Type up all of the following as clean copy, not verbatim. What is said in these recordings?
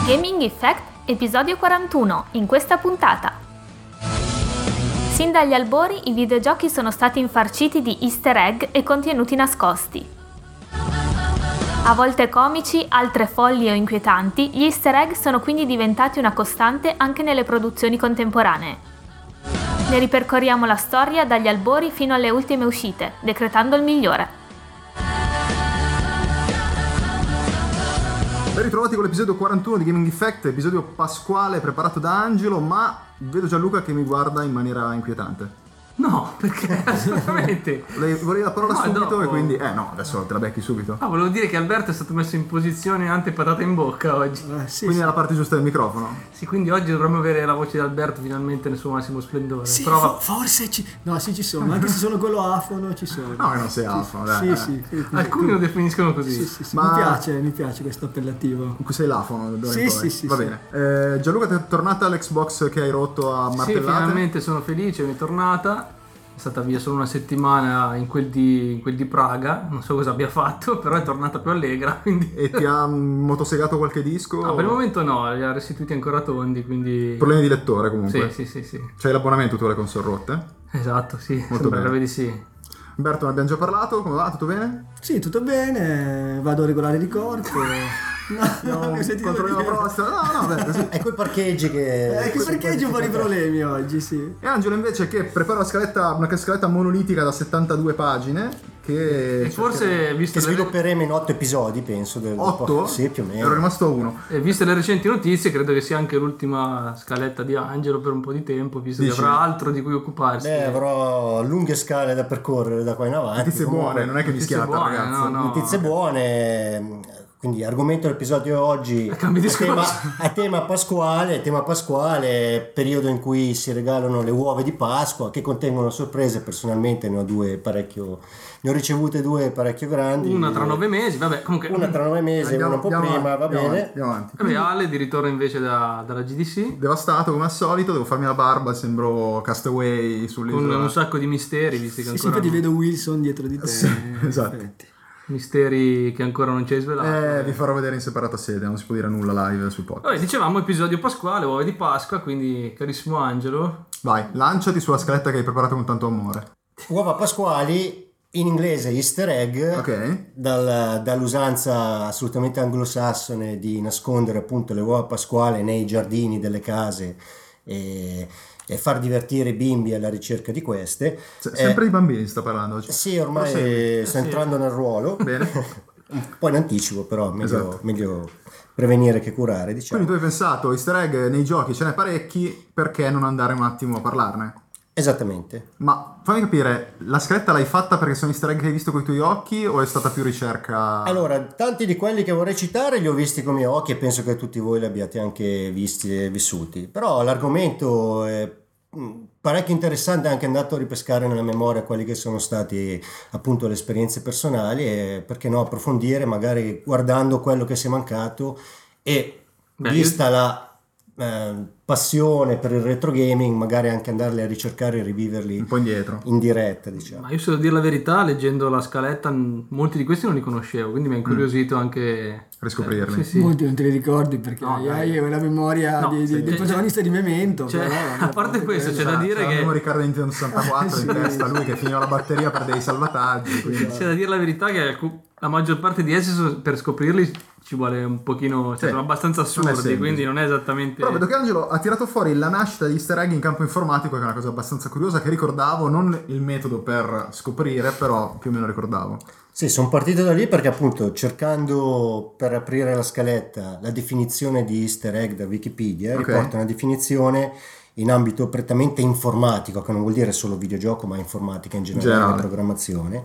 Gaming Effect, episodio 41, in questa puntata. Sin dagli albori i videogiochi sono stati infarciti di easter egg e contenuti nascosti. A volte comici, altre folli o inquietanti, gli easter egg sono quindi diventati una costante anche nelle produzioni contemporanee. Ne ripercorriamo la storia dagli albori fino alle ultime uscite, decretando il migliore. Ben ritrovati con l'episodio 41 di Gaming Effect, episodio pasquale preparato da Angelo, ma vedo Gianluca che mi guarda in maniera inquietante. No, perché assolutamente. Volevi la parola subito dopo. E quindi... no, adesso te la becchi subito. Ah, volevo dire che Alberto è stato messo in posizione antepatata in bocca oggi. Sì, quindi è la parte giusta del microfono. Sì, quindi oggi dovremmo avere la voce di Alberto finalmente nel suo massimo splendore. Sì, Prova. forse ci... No, sì, ci sono, anche se sono quello afono ci sono. No, che non sei afono, dai. Sì. Alcuni lo definiscono così. Sì. Ma- Mi piace questo appellativo. Sei l'afono d'ora in poi. Sì. Va bene. Gianluca, ti è tornata l'Xbox che hai rotto a Sì, martellate? finalmente sono felice, mi è tornata. È stata via solo una settimana in quel di Praga, non so cosa abbia fatto, però è tornata più allegra, quindi... E ti ha motosegato qualche disco? No, per il momento no, li ha restituiti ancora tondi, quindi... Problemi di lettore comunque? Sì. C'hai l'abbonamento tu alle console rotte? Esatto, sì, Molto sembrerebbe bene. di sì. Umberto, ne abbiamo già parlato, come va? Tutto bene? Sì, tutto bene, vado regolare di corpo. No, mi sentito Controlliamo la dire. prostata. No, beh, così. Ecco i parcheggi che... Che parcheggio un po' di problemi oggi, sì. E Angelo invece che prepara una scaletta monolitica da 72 pagine che... E forse, visto che svilupperemo in 8 episodi, penso. 8? Sì, più o meno. Ero rimasto a 1. viste le recenti notizie, credo che sia anche l'ultima scaletta di Angelo per un po' di tempo, visto Dici? che avrà altro di cui occuparsi. Beh, avrò lunghe scale da percorrere da qua in avanti. Notizie buone, non è che notizie mischiata, buone, ragazzi. no. Notizie buone. Quindi argomento dell'episodio oggi Cambi discorso. a tema pasquale, periodo in cui si regalano le uova di Pasqua che contengono sorprese. Personalmente ne ho ricevute due parecchio grandi. Una tra 9 mesi, vabbè, comunque... Una tra 9 mesi e una un po' prima, va bene. Andiamo avanti. Vabbè, Ale di ritorno invece dalla GDC, Devastato come al solito, devo farmi la barba, sembro Castaway con sull'isola. un sacco di misteri, visti che Sì, ancora... sempre ti vedo Wilson dietro di te. Sì, in esatto. effetti. Misteri che ancora non ci hai svelato. Vi farò vedere in separata sede, non si può dire nulla live sul podcast. Vabbè, dicevamo episodio pasquale, uova di Pasqua, quindi carissimo Angelo... Vai, lanciati sulla scaletta che hai preparato con tanto amore. Uova pasquali, in inglese easter egg, Ok. dall'usanza assolutamente anglosassone di nascondere appunto le uova pasquali nei giardini delle case e far divertire i bimbi alla ricerca di queste. Sempre di bambini sta parlando oggi. Sì, ormai sto entrando nel ruolo. Bene. Un po' in anticipo, però Esatto. meglio prevenire che curare, diciamo. Quindi tu hai pensato, easter egg nei giochi ce n'è parecchi, perché non andare un attimo a parlarne? Esattamente. Ma fammi capire, la scaletta l'hai fatta perché sono easter egg che hai visto con i tuoi occhi o è stata più ricerca? Allora, tanti di quelli che vorrei citare li ho visti con i miei occhi e penso che tutti voi li abbiate anche visti e vissuti. Però l'argomento è parecchio interessante, anche andato a ripescare nella memoria quelli che sono stati appunto le esperienze personali e perché no approfondire magari guardando quello che si è mancato e vista la passione per il retro gaming magari anche andarli a ricercare e riviverli Un po' indietro. in diretta, diciamo. Ma io se devo dire la verità, leggendo la scaletta, molti di questi non li conoscevo, quindi mi ha incuriosito anche... Riscoprirli. Sì. Molti non te li ricordi perché No, hai la memoria No, del protagonista di Memento. Cioè, però, a parte questo, c'è da dire C'è che... Riccardo Nintendo 64 in testa, lui che finiva la batteria per dei salvataggi. Quindi... C'è da dire la verità che la maggior parte di essi per scoprirli ci vuole un pochino, cioè sono abbastanza non è assurdi, semplice. quindi non è esattamente... Però vedo che Angelo ha tirato fuori la nascita di easter egg in campo informatico, che è una cosa abbastanza curiosa che ricordavo, non il metodo per scoprire, però più o meno ricordavo. Sì, sono partito da lì perché appunto cercando per aprire la scaletta la definizione di easter egg da Wikipedia, Ok. riporta una definizione in ambito prettamente informatico, che non vuol dire solo videogioco ma informatica in generale. Programmazione.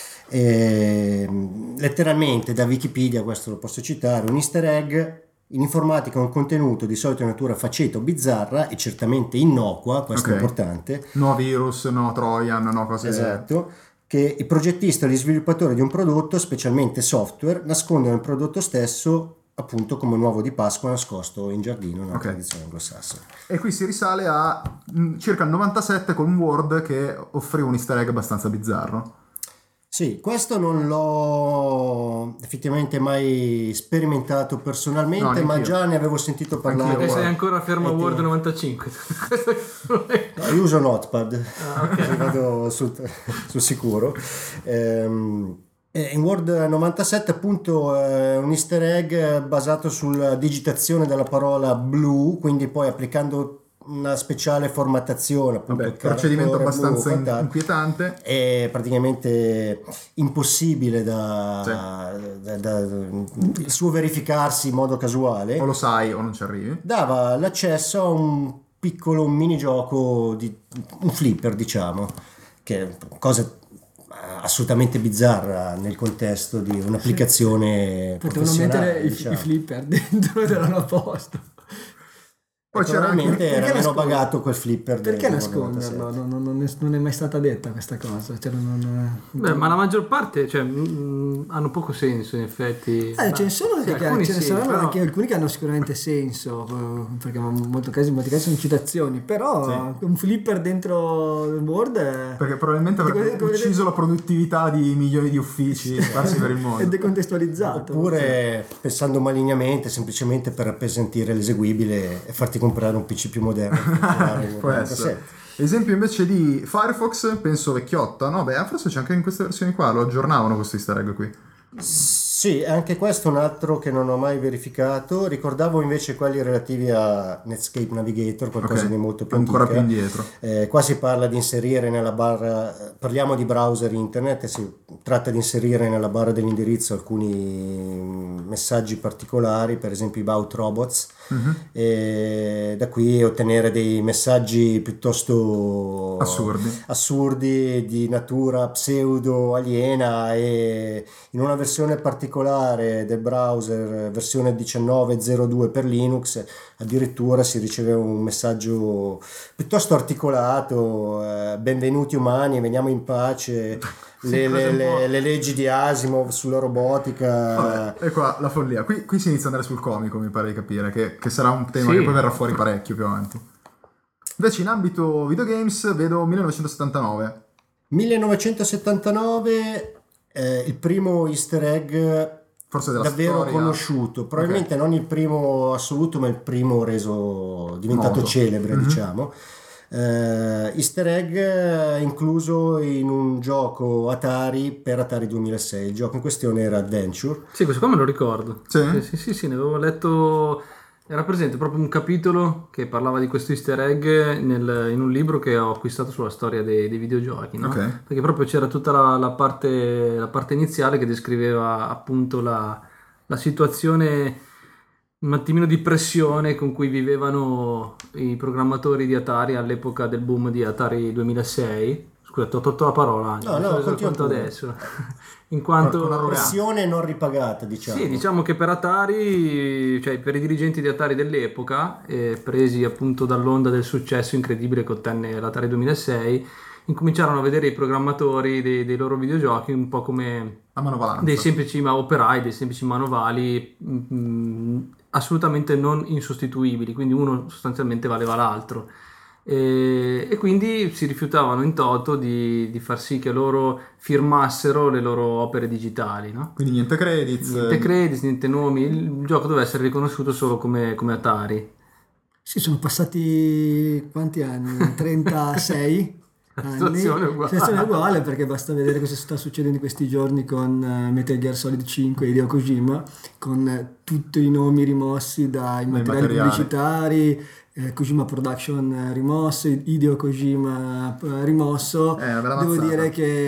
Letteralmente da Wikipedia, questo lo posso citare, un easter egg in informatica è un contenuto di solito di natura faceta o bizzarra e certamente innocua, questo Ok. è importante. No virus, no Trojan, no cose... Esatto, che i progettisti o gli sviluppatori di un prodotto, specialmente software, nascondono il prodotto stesso appunto come un uovo di Pasqua nascosto in giardino, una tradizione anglosassone. E qui si risale a circa il 97 con Word che offriva un easter egg abbastanza bizzarro. Sì, questo non l'ho effettivamente mai sperimentato No, personalmente, ma neanch'io. già ne avevo sentito parlare. Anch'io, E sei guarda. ancora fermo a E ti- Word 95. No, io uso Notepad, ok. vado sul sicuro. E in Word 97 appunto è un easter egg basato sulla digitazione della parola blue, quindi poi applicando una speciale formattazione, appunto Vabbè, il procedimento carattere blu, abbastanza quant'altro, inquietante. è praticamente impossibile il suo verificarsi in modo casuale. O lo sai o non ci arrivi. Dava l'accesso a un piccolo minigioco un flipper, diciamo, che è cosa assolutamente bizzarra nel contesto di un'applicazione Potevano mettere professionale, i diciamo. flipper dentro ed erano a posto. Poi c'era anche Probabilmente era perché meno nascondere? pagato quel flipper Perché del nasconderlo? 97. Non è mai stata detta questa cosa. Cioè, Beh, ma la maggior parte, cioè, hanno poco senso in effetti. ce ne sono, Sì, che, alcuni ce ne sì, saranno però- anche alcuni che hanno sicuramente senso, perché in molti casi sono citazioni, però un flipper dentro Word perché probabilmente avrebbe come vedete- ucciso la produttività di milioni di uffici sparsi per il è mondo. decontestualizzato. Oppure pensando malignamente, semplicemente per appesantire l'eseguibile e farti comprare un PC più moderno. per funzionare in Può essere. 97. Esempio invece di Firefox, penso vecchiotta, no? Beh, forse c'è anche in queste versioni qua, lo aggiornavano questo easter egg qui. Sì, anche questo è un altro che non ho mai verificato. Ricordavo invece quelli relativi a Netscape Navigator, qualcosa Ok, di molto più ancora più antica. indietro. Qua si parla di inserire nella barra, parliamo di browser internet, e si tratta di inserire nella barra dell'indirizzo alcuni messaggi particolari, per esempio about robots, e da qui ottenere dei messaggi piuttosto assurdi di natura pseudo aliena, e in una versione particolare del browser, versione 19.02 per Linux, addirittura si riceve un messaggio piuttosto articolato: benvenuti umani, veniamo in pace, le leggi di Asimov sulla robotica. Vabbè, e qua la follia. Qui si inizia ad andare sul comico, mi pare di capire, che sarà un tema Sì. che poi verrà fuori parecchio più avanti. Invece in ambito videogames vedo 1979. 1979, il primo easter egg Forse della davvero storia. conosciuto, probabilmente non il primo assoluto, ma il primo diventato Noto. celebre, diciamo. Easter egg incluso in un gioco Atari per Atari 2006. Il gioco in questione era Adventure. Sì, questo qua me lo ricordo. Sì? Sì, ne avevo letto. Era presente proprio un capitolo che parlava di questo easter egg in un libro che ho acquistato sulla storia dei videogiochi, no? Ok. Perché proprio c'era tutta la parte iniziale che descriveva appunto la situazione un attimino di pressione con cui vivevano i programmatori di Atari all'epoca del boom di Atari 2006. Scusate, ho tolto la parola anche, No, non so continua quanto pure. adesso. In quanto Con arroganza. Pressione non ripagata, diciamo. sì, diciamo che per Atari, cioè per i dirigenti di Atari dell'epoca, presi appunto dall'onda del successo incredibile che ottenne l'Atari 2006, incominciarono a vedere i programmatori dei loro videogiochi un po' come A manovalanza. dei semplici operai, dei semplici manovali assolutamente non insostituibili, quindi uno sostanzialmente valeva l'altro. E quindi si rifiutavano in toto di far sì che loro firmassero le loro opere digitali, no? Quindi niente credits. Niente credits, niente nomi, il gioco doveva essere riconosciuto solo come Atari. Sì, sono passati quanti anni? 36 anni. situazione è uguale. La situazione è uguale, perché basta vedere cosa sta succedendo in questi giorni con Metal Gear Solid 5 e Hideo Kojima, con tutti i nomi rimossi dai materiali pubblicitari, Kojima Production rimosso, Hideo Kojima rimosso. Una bella Devo mazzata. dire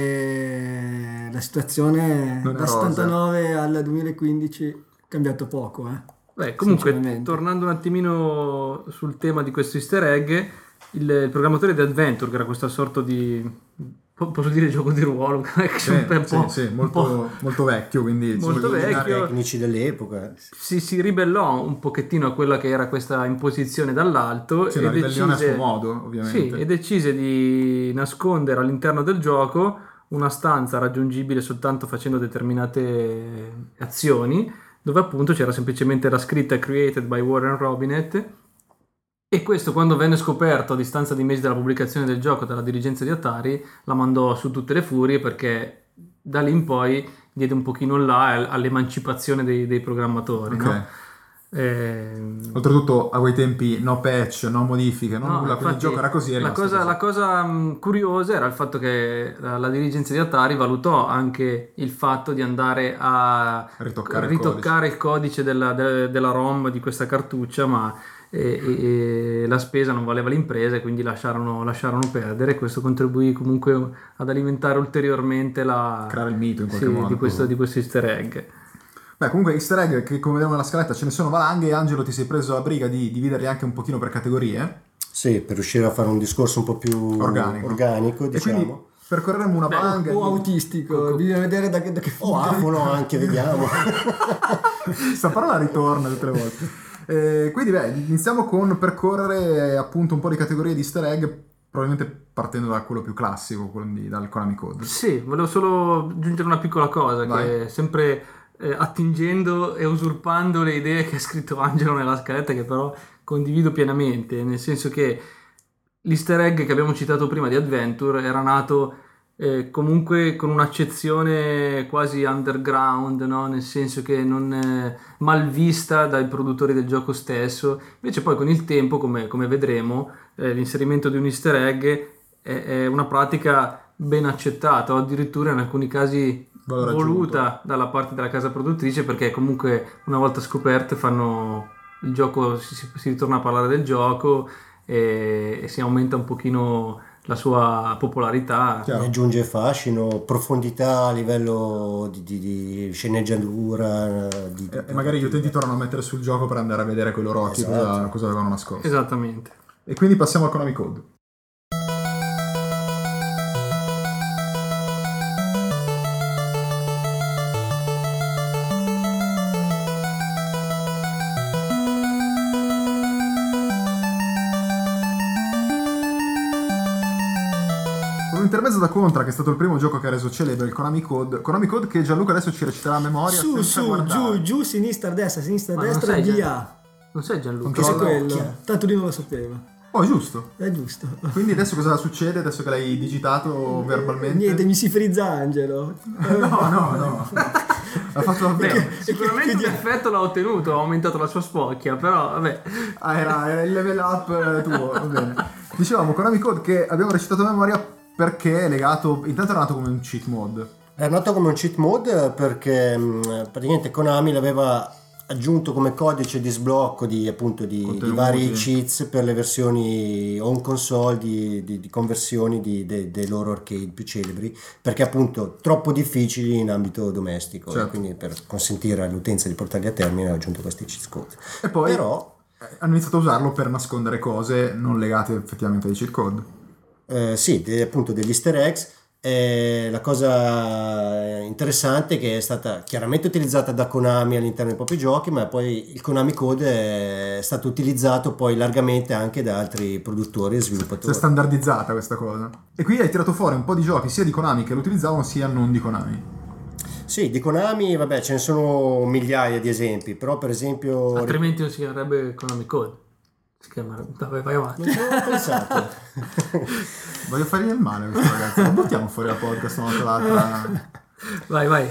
che la situazione Non è da rosa. 79 al 2015 è cambiato poco, Beh, comunque, sinceramente. tornando un attimino sul tema di questo easter egg, il programmatore di Adventure, che era questa sorta di, posso dire, gioco di ruolo, action, Molto vecchio, quindi Molto vecchio. Tecnici dell'epoca. si ribellò un pochettino a quella che era questa imposizione dall'alto Sì, e una ribellione a suo modo, ovviamente. sì, e decise di nascondere all'interno del gioco una stanza raggiungibile soltanto facendo determinate azioni, dove appunto c'era semplicemente la scritta "Created by Warren Robinet", e questo, quando venne scoperto a distanza di mesi dalla pubblicazione del gioco dalla dirigenza di Atari, la mandò su tutte le furie, perché da lì in poi diede un pochino là all'emancipazione dei programmatori, no? Oltretutto a quei tempi no patch, no modifiche, no nulla, quindi il gioco era così. La cosa curiosa era il fatto che la dirigenza di Atari valutò anche il fatto di andare a ritoccare il codice della ROM di questa cartuccia, ma la spesa non valeva l'impresa, e quindi lasciarono perdere. Questo contribuì comunque ad alimentare ulteriormente creare il mito in qualche modo di questo easter egg. Beh, comunque easter egg che, come vediamo nella scaletta, ce ne sono valanghe. E Angelo, ti sei preso la briga di dividerli anche un pochino per categorie? Sì, per riuscire a fare un discorso un po' più organico, diciamo. E quindi percorreremo una valanga o autistico, bisogna vedere da che o afono anche, vediamo. Sta parola ritorna tutte le volte. Quindi iniziamo con percorrere appunto un po' di categorie di easter egg, probabilmente partendo da quello più classico, dal Konami Code. Sì, volevo solo aggiungere una piccola cosa. Vai. Che è sempre attingendo e usurpando le idee che ha scritto Angelo nella scaletta, che però condivido pienamente, nel senso che l'easter egg che abbiamo citato prima di Adventure era nato comunque con un'accezione quasi underground, no? Nel senso che non è mal vista dai produttori del gioco stesso. Invece poi con il tempo, come vedremo, l'inserimento di un easter egg è una pratica ben accettata, o addirittura in alcuni casi voluta dalla parte della casa produttrice, perché comunque una volta scoperte il gioco, si ritorna a parlare del gioco e si aumenta un pochino la sua popolarità. Aggiunge fascino, profondità a livello di sceneggiatura, e magari gli utenti tornano a mettere sul gioco per andare a vedere con i loro occhi cosa avevano nascosto. Esattamente. E quindi passiamo al Konami Code. Intermezzo da Contra, che è stato il primo gioco che ha reso celebre il Konami Code che Gianluca adesso ci reciterà a memoria. Giù, sinistra, destra, via. Non sei Gianluca? Che è quello? Tanto lui non lo sapeva. Oh, è giusto. È giusto. Quindi adesso cosa succede, adesso che l'hai digitato verbalmente? Niente, mi si frizza Angelo. No. Ha fatto davvero. Sicuramente un effetto l'ha ottenuto, ha aumentato la sua spocchia, però vabbè. Era il level up tuo, va bene. Dicevamo Konami Code che abbiamo recitato a memoria perché è legato, intanto è nato come un cheat mode. È nato come un cheat mode perché praticamente Konami l'aveva aggiunto come codice di sblocco di vari cheats per le versioni home console di conversioni dei loro arcade più celebri, perché appunto troppo difficili in ambito domestico, certo. Quindi per consentire all'utenza di portarli a termine ha aggiunto questi cheat code. E poi hanno iniziato a usarlo per nascondere cose non legate effettivamente ai cheat code. Sì, appunto degli easter eggs. La cosa interessante è che è stata chiaramente utilizzata da Konami all'interno dei propri giochi, ma poi il Konami Code è stato utilizzato poi largamente anche da altri produttori e sviluppatori. Si è standardizzata questa cosa. E qui hai tirato fuori un po' di giochi sia di Konami che lo utilizzavano sia non di Konami. Sì, di Konami, vabbè, ce ne sono migliaia di esempi, però per esempio... Altrimenti non si chiamerebbe Konami Code. Si chiama... Vai avanti. Non ci avevo pensato. Voglio fargli del male a questo ragazzo. Non buttiamo fuori la podcast una volta l'altra. Vai.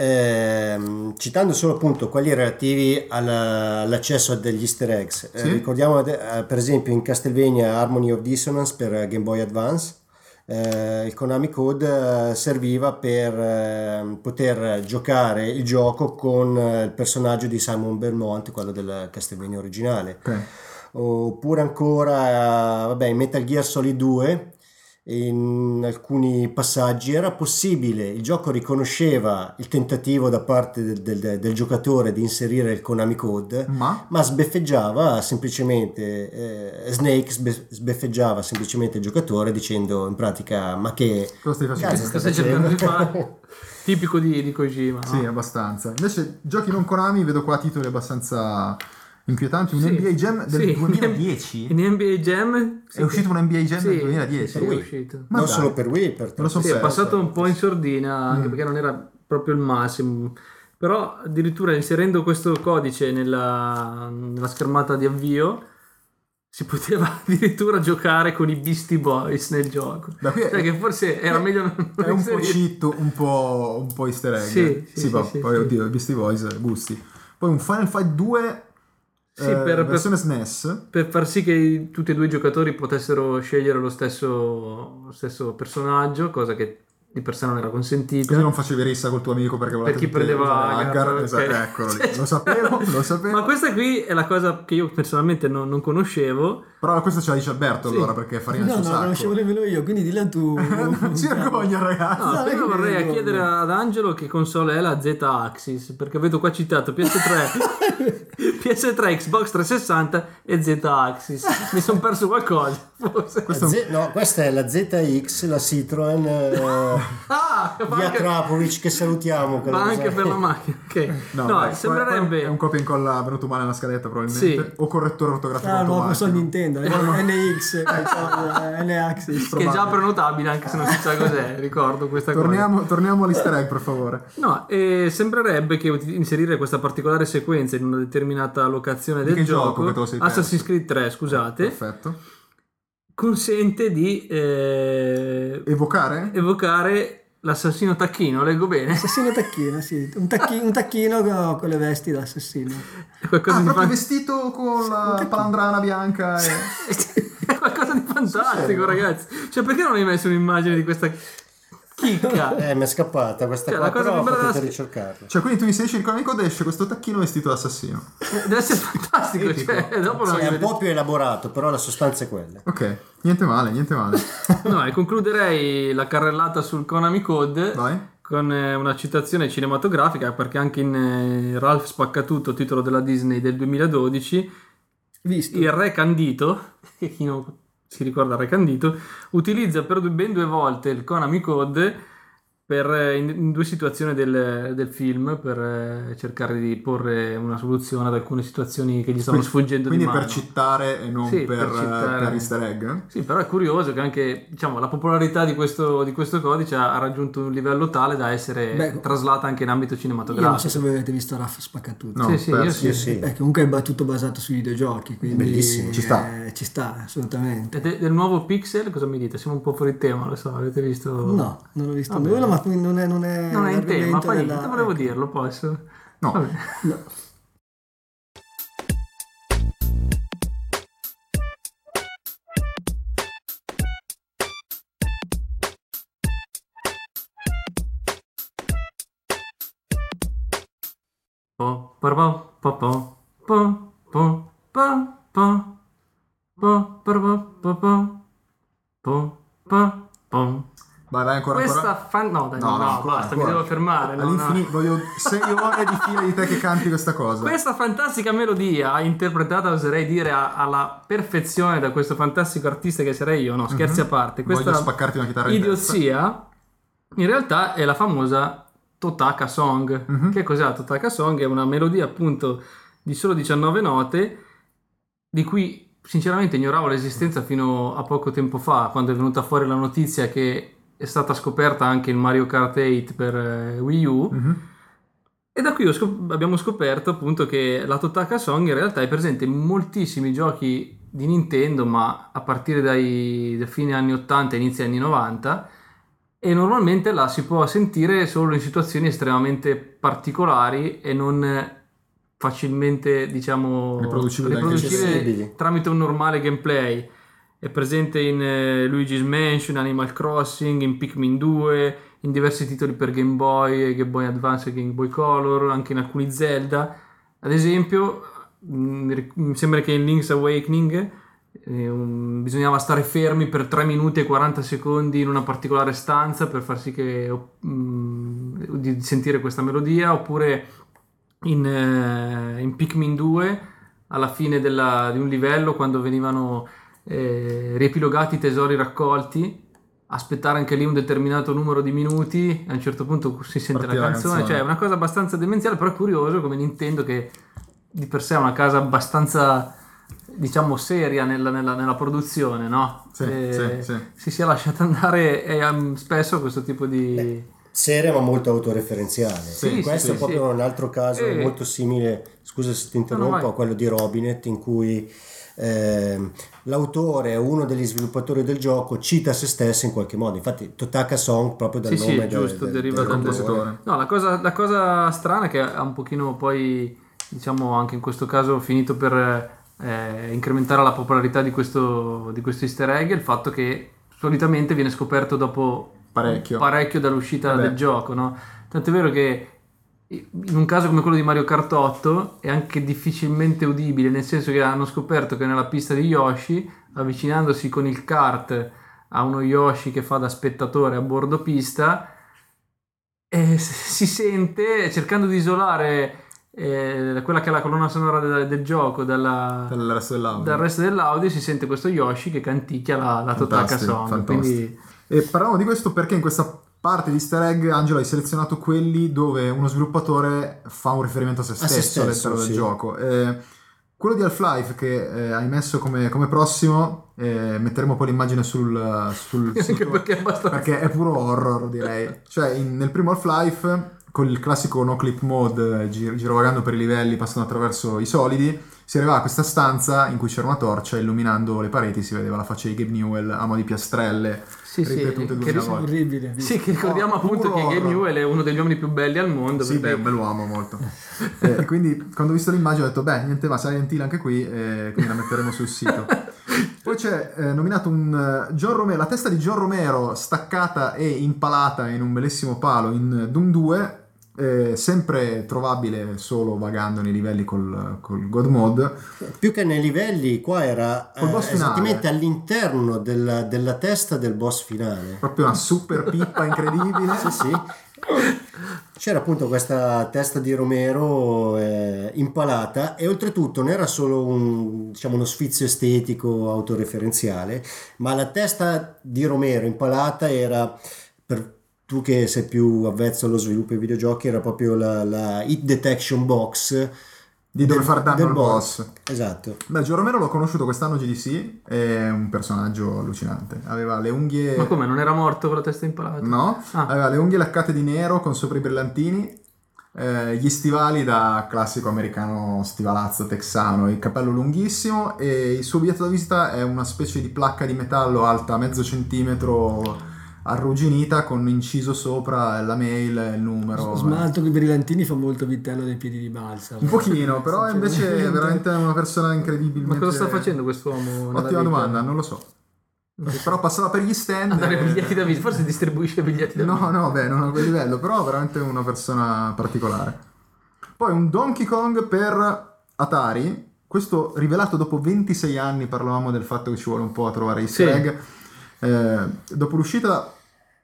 Citando solo appunto quelli relativi all'accesso a degli easter eggs. Sì? Ricordiamo per esempio in Castlevania Harmony of Dissonance per Game Boy Advance. Il Konami Code serviva per poter giocare il gioco con il personaggio di Simon Belmont, quello del Castlevania originale. Okay. Oppure ancora in Metal Gear Solid 2 in alcuni passaggi era possibile, il gioco riconosceva il tentativo da parte del giocatore di inserire il Konami Code, ma sbeffeggiava semplicemente Snake sbeffeggiava semplicemente il giocatore dicendo in pratica ma che cosa stai cercando di fare? Tipico di Kojima, no? Sì, abbastanza. Invece giochi non Konami vedo qua titoli abbastanza inquietanti. Un NBA Jam del 2010. In NBA Jam è uscito un NBA Jam del 2010. È uscito. Non solo per Wii, è passato un po' in sordina anche perché non era proprio il massimo, però addirittura inserendo questo codice nella schermata di avvio si poteva addirittura giocare con i Beastie Boys nel gioco. Cioè che forse era meglio non è un po' cheat, un po' easter egg. Poi oddio, i Beastie Boys, gusti. Poi un Final Fight 2 versione SNES. Per far sì che tutti e due i giocatori potessero scegliere lo stesso personaggio, cosa che di per sé non era consentita. Così non facevi rissa col tuo amico perché per chi prendeva Agar. Esatto, eccolo lì. Lo sapevo. Ma questa qui è la cosa che io personalmente non conoscevo. Però questa ce la dice Alberto allora, perché farina il suo sacco. No, non conoscevo nemmeno io, quindi dilla tu. Non si vergogna, ragazzi. No, prima vorrei chiedere ad Angelo che console è la Z-Axis, perché vedo qua citato PS3, PS3, Xbox 360 e Z-Axis. Mi sono perso qualcosa. Questa è la ZX, la Citroen via Krapovic, che salutiamo. Ma anche per la macchina, ok. No, sembrerebbe è un copia e incolla venuto male nella scaletta probabilmente, o correttore ortografico no, console Nintendo, NX, NAxis, che è già prenotabile anche se non si sa cos'è, ricordo questa cosa. Torniamo all'easter egg, per favore. No, e sembrerebbe che inserire questa particolare sequenza in una determinata locazione del gioco, Assassin's Creed 3, scusate, perfetto, consente di evocare l'assassino tacchino, leggo bene? Assassino tacchino, sì, un tacchino con le vesti da assassino. Proprio vestito con la palandrana bianca È qualcosa di fantastico, ragazzi. Cioè, perché non hai messo un'immagine di questa chicca? Mi è scappata questa qua, però potete ricercarla. Cioè, quindi tu inserisci il Konami Code e esce questo tacchino vestito da assassino. Deve essere fantastico, cioè, dopo è un po' più elaborato, però la sostanza è quella. Ok, niente male. No, e concluderei la carrellata sul Konami Code. Vai. Con una citazione cinematografica, perché anche in Ralph Spaccatutto, titolo della Disney del 2012, il Re Candito, che chi non si ricorda il Re Candito, utilizza per ben 2 volte il Konami Code in 2 situazioni del film, per cercare di porre una soluzione ad alcune situazioni che gli stanno sfuggendo di mano. Quindi per citare e non per easter egg? Sì, però è curioso che anche, diciamo, la popolarità di questo codice ha raggiunto un livello tale da essere traslata anche in ambito cinematografico. Io non so se voi avete visto Ralph Spaccatutto. No, io sì. Comunque è tutto basato sui videogiochi, quindi bellissimo, ci sta assolutamente. E del nuovo Pixel cosa mi dite? Siamo un po' fuori tema, lo so, avete visto? No, non l'ho visto nulla, ma non è in tema, fa niente, volevo dirlo, posso? No. Vabbè. No. Vai ancora. Basta, mi devo fermare. All'infinito, voglio 6 ore di fila di te che canti questa cosa. Questa fantastica melodia, interpretata, oserei dire, alla perfezione da questo fantastico artista che sarei io, no, scherzi a parte. Questa voglio spaccarti una chitarra idiozia, in realtà è la famosa Totaka Song. Che cos'è la Totaka Song? È una melodia appunto di solo 19 note, di cui sinceramente ignoravo l'esistenza fino a poco tempo fa, quando è venuta fuori la notizia che è stata scoperta anche in Mario Kart 8 per Wii U. E da qui abbiamo scoperto appunto che la Totaka Song in realtà è presente in moltissimi giochi di Nintendo, ma a partire dai fine anni 80 e inizio anni 90, e normalmente la si può sentire solo in situazioni estremamente particolari e non facilmente, diciamo, riproducibile tramite un normale gameplay. È presente in Luigi's Mansion, Animal Crossing, in Pikmin 2, in diversi titoli per Game Boy, Game Boy Advance e Game Boy Color, anche in alcuni Zelda. Ad esempio, mi sembra che in Link's Awakening bisognava stare fermi per 3 minuti e 40 secondi in una particolare stanza per far sì che di sentire questa melodia, oppure in Pikmin 2 alla fine di un livello, quando venivano riepilogati i tesori raccolti, aspettare anche lì un determinato numero di minuti, a un certo punto si sente la canzone. Cioè è una cosa abbastanza demenziale, però è curioso come Nintendo, che di per sé è una casa abbastanza, diciamo, seria nella produzione, no? Si sia lasciata andare spesso a questo tipo di... seria ma molto autoreferenziale. Questo è proprio un altro caso molto simile, scusa se ti interrompo, a quello di Robinet, in cui l'autore o uno degli sviluppatori del gioco cita se stesso in qualche modo. Infatti Totaka Song proprio dal nome giusto, deriva del compositore. No, la cosa strana è che ha un pochino poi, diciamo, anche in questo caso finito per incrementare la popolarità di questo easter egg, il fatto che solitamente viene scoperto dopo parecchio dall'uscita del gioco, no? Tant'è vero che in un caso come quello di Mario Kart 8 è anche difficilmente udibile, nel senso che hanno scoperto che nella pista di Yoshi, avvicinandosi con il kart a uno Yoshi che fa da spettatore a bordo pista, si sente, cercando di isolare quella che è la colonna sonora del gioco dal resto dell'audio, si sente questo Yoshi che canticchia la Totaka Song. Quindi... E parliamo di questo perché in questa parte di easter egg, Angelo, hai selezionato quelli dove uno sviluppatore fa un riferimento a se stesso all'interno del gioco. Quello di Half-Life che hai messo come prossimo, metteremo poi l'immagine sul sito perché è puro horror, direi. Cioè nel primo Half-Life, con il classico no clip mode, girovagando per i livelli, passando attraverso i solidi, si arrivava a questa stanza in cui c'era una torcia, illuminando le pareti si vedeva la faccia di Gabe Newell a mo' di piastrelle ripetute 2000 volte. Orribile. Sì, che ricordiamo appunto che Gabe Newell è uno degli uomini più belli al mondo. Sì, beh, un bell'uomo molto. Quindi quando ho visto l'immagine ho detto niente, ma Silent Hill anche qui, quindi la metteremo sul sito. Poi c'è nominato un John Romero, la testa di John Romero staccata e impalata in un bellissimo palo in Doom 2, sempre trovabile solo vagando nei livelli col God Mode. Più che nei livelli, qua era esattamente all'interno della testa del boss finale. Proprio una super pippa incredibile. Sì. C'era appunto questa testa di Romero impalata, e oltretutto non era solo uno sfizio estetico autoreferenziale, ma la testa di Romero impalata era, per tu che sei più avvezzo allo sviluppo dei videogiochi, era proprio la hit detection box di dove far danno al boss. Esatto. Beh, John Romero l'ho conosciuto quest'anno GDC, è un personaggio allucinante. Aveva le unghie... Ma come, non era morto con la testa impalata? No, aveva le unghie laccate di nero con sopra i brillantini, gli stivali da classico americano stivalazzo texano, il capello lunghissimo, e il suo biglietto da visita è una specie di placca di metallo alta mezzo centimetro, arrugginita, con inciso sopra la mail, il numero. Smalto con i brillantini fa molto vitello dei piedi di balsa. Un pochino, però invece è veramente una persona incredibilmente... Ma cosa sta facendo quest'uomo? Ottima domanda, non lo so. Però passava per gli stand. Biglietti da visita, forse distribuisce biglietti da visita. No, non a quel livello, però veramente una persona particolare. Poi un Donkey Kong per Atari, questo rivelato dopo 26 anni, parlavamo del fatto che ci vuole un po' a trovare easter egg. Dopo l'uscita,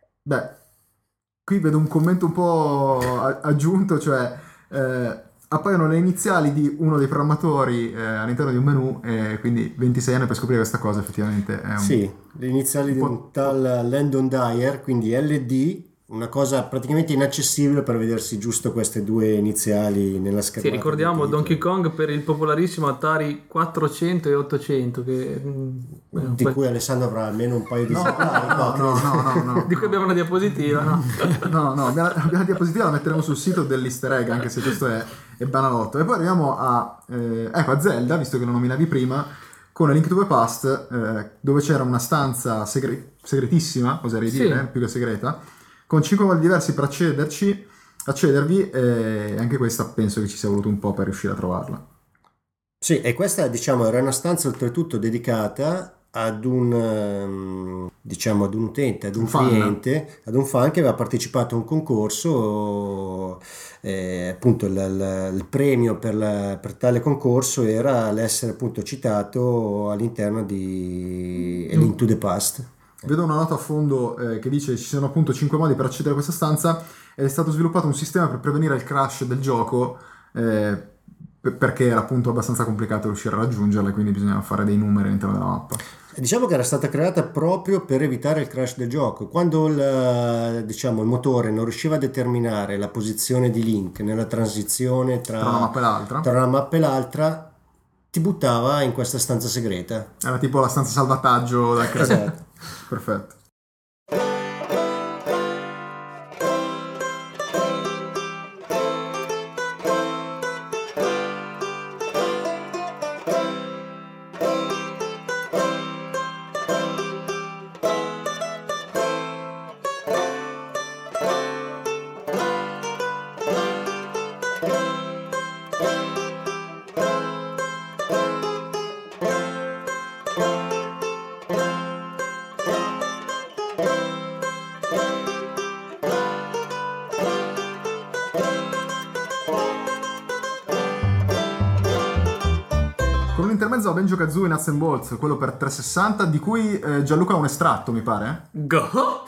qui vedo un commento un po' aggiunto, cioè appaiono le iniziali di uno dei programmatori all'interno di un menu, quindi 26 anni per scoprire questa cosa effettivamente è sì, le iniziali di un tal Landon Dyer, quindi LD, una cosa praticamente inaccessibile per vedersi giusto queste due iniziali nella schermata. Sì, ricordiamo Donkey Kong per il popolarissimo Atari 400 e 800 di cui Alessandro avrà almeno un paio di no. Di cui abbiamo una diapositiva, no? No, abbiamo una diapositiva, la metteremo sul sito dell'easter egg, anche se questo è banalotto. E poi arriviamo a Zelda, visto che lo nominavi prima, con A Link to the Past, dove c'era una stanza segretissima, oserei dire, più che segreta, con 5 modi diversi per accedervi, e anche questa penso che ci sia voluto un po' per riuscire a trovarla. Sì, e questa era una stanza oltretutto dedicata ad un utente, ad un cliente, ad un fan che aveva partecipato a un concorso. Appunto il premio per tale concorso era l'essere appunto citato all'interno di A Link to the Past. Vedo una nota a fondo che dice ci sono appunto 5 modi per accedere a questa stanza ed è stato sviluppato un sistema per prevenire il crash del gioco, perché era appunto abbastanza complicato riuscire a raggiungerla, quindi bisognava fare dei numeri all'interno della mappa. Diciamo che era stata creata proprio per evitare il crash del gioco. Quando il motore non riusciva a determinare la posizione di Link nella transizione tra una mappa e l'altra, ti buttava in questa stanza segreta. Era tipo la stanza salvataggio dal crash. Esatto. Perfetto. Con un intermezzo a Banjo-Kazooie Nuts and Bolts, quello per 360, di cui Gianluca ha un estratto, mi pare. Go!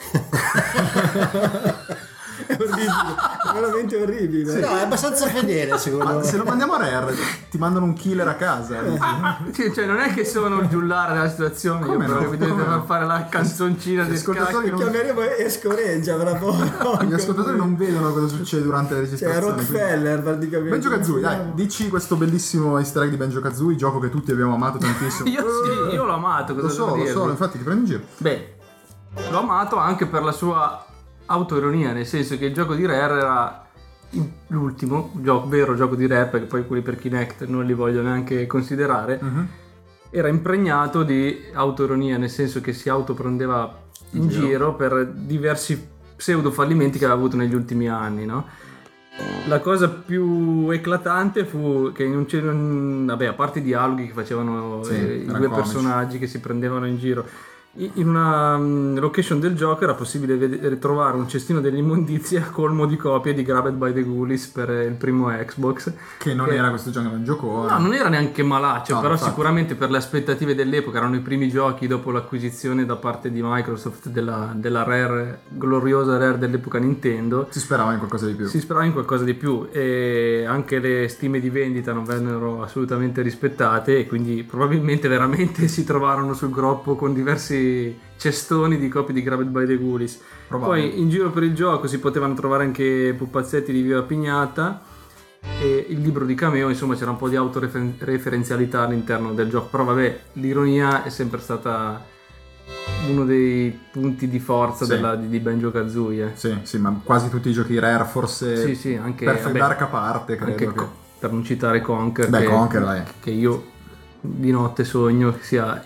È orribile, è veramente orribile. No, è abbastanza fedele secondo Ma me. se lo mandiamo a Rare, ti mandano un killer a casa. Cioè, non è che sono il giullare della situazione, Come io no? però mi dovete Come far no? fare la canzoncina Gli di ascoltatori scacco. non- Chiameremo Escoreggia fra poco. Gli ascoltatori non vedono cosa succede durante le Cioè, registrazioni. Rockefeller praticamente. Banjo-Kazooie, dai, dici questo bellissimo easter egg di Banjo-Kazooie, gioco che tutti abbiamo amato tantissimo. Io l'ho amato, cosa devo lo dirvi? so, infatti ti prendo in giro. Beh, l'ho amato anche per la sua autoironia, nel senso che il gioco di Rare era l'ultimo vero gioco di Rare, perché poi quelli per Kinect non li voglio neanche considerare. Era impregnato di autoironia, nel senso che si autoprendeva in giro per diversi pseudo fallimenti che aveva avuto negli ultimi anni, no? La cosa più eclatante fu che non c'era, vabbè, a parte i dialoghi che facevano Sì, i erano due comici. personaggi che si prendevano in giro, in una location del gioco era possibile trovare un cestino dell'immondizia colmo di copie di Grabbed by the Ghoulies per il primo Xbox, Che non era questo gioco, era un gioco. no, non era neanche malaccio, No, però infatti. sicuramente per le aspettative dell'epoca erano i primi giochi dopo l'acquisizione da parte di Microsoft della Rare, gloriosa Rare dell'epoca Nintendo. Si sperava in qualcosa di più. Si sperava in qualcosa di più e anche le stime di vendita non vennero assolutamente rispettate e quindi probabilmente veramente si trovarono sul groppo con diversi cestoni di copie di Grabbed by the Ghoulies. Probabile. Poi in giro per il gioco si potevano trovare anche pupazzetti di Viva Pignata e il libro di cameo, insomma c'era un po' di autoreferenzialità all'interno del gioco, però vabbè, l'ironia è sempre stata uno dei punti di forza Sì. di Banjo-Kazooie. Sì, ma quasi tutti i giochi Rare, forse Sì, anche per vabbè, Dark a parte, credo anche che... per non citare Conker, Beh, Conker, dai. che io di notte sogno che sia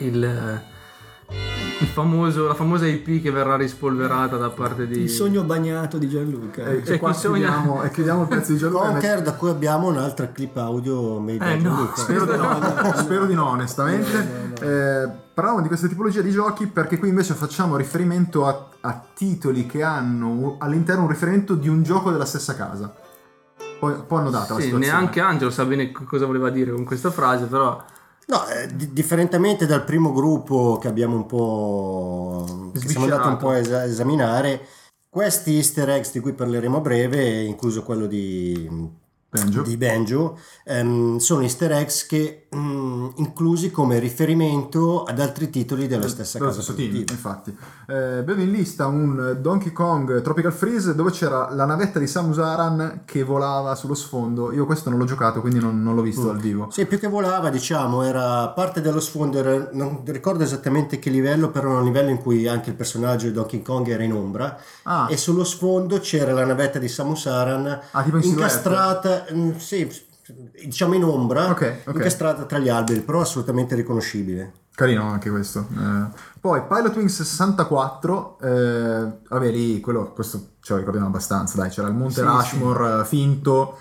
la famosa IP che verrà rispolverata da parte di Il sogno bagnato di Gianluca. E qua chi sogna- chiudiamo il pezzo di Gianluca. Conker, da cui abbiamo un'altra clip audio made by no. Gianluca. Spero di no, onestamente. Parlavamo di questa tipologia di giochi perché qui invece facciamo riferimento a titoli che hanno all'interno un riferimento di un gioco della stessa casa. Poi un po' annodata la Sì, situazione. neanche Angelo sa bene cosa voleva dire con questa frase, però No, differentemente dal primo gruppo che abbiamo un po' che siamo andati un po' a esaminare, questi easter eggs di cui parleremo a breve, incluso quello di Banjo, sono easter eggs che inclusi come riferimento ad altri titoli della stessa casa produttiva. Infatti vedo in lista un Donkey Kong Tropical Freeze dove c'era la navetta di Samus Aran che volava sullo sfondo. Io questo non l'ho giocato, quindi non l'ho visto dal vivo. Sì, più che volava, diciamo, era parte dello sfondo, non ricordo esattamente che livello, però era un livello in cui anche il personaggio di Donkey Kong era in ombra e sullo sfondo c'era la navetta di Samus Aran tipo in incastrata, sì, diciamo in ombra, Ok. incastrata tra gli alberi, però assolutamente riconoscibile. Carino anche questo. Poi Pilotwings 64, vabbè lì questo ce lo ricordiamo abbastanza, dai, c'era il Monte Rushmore finto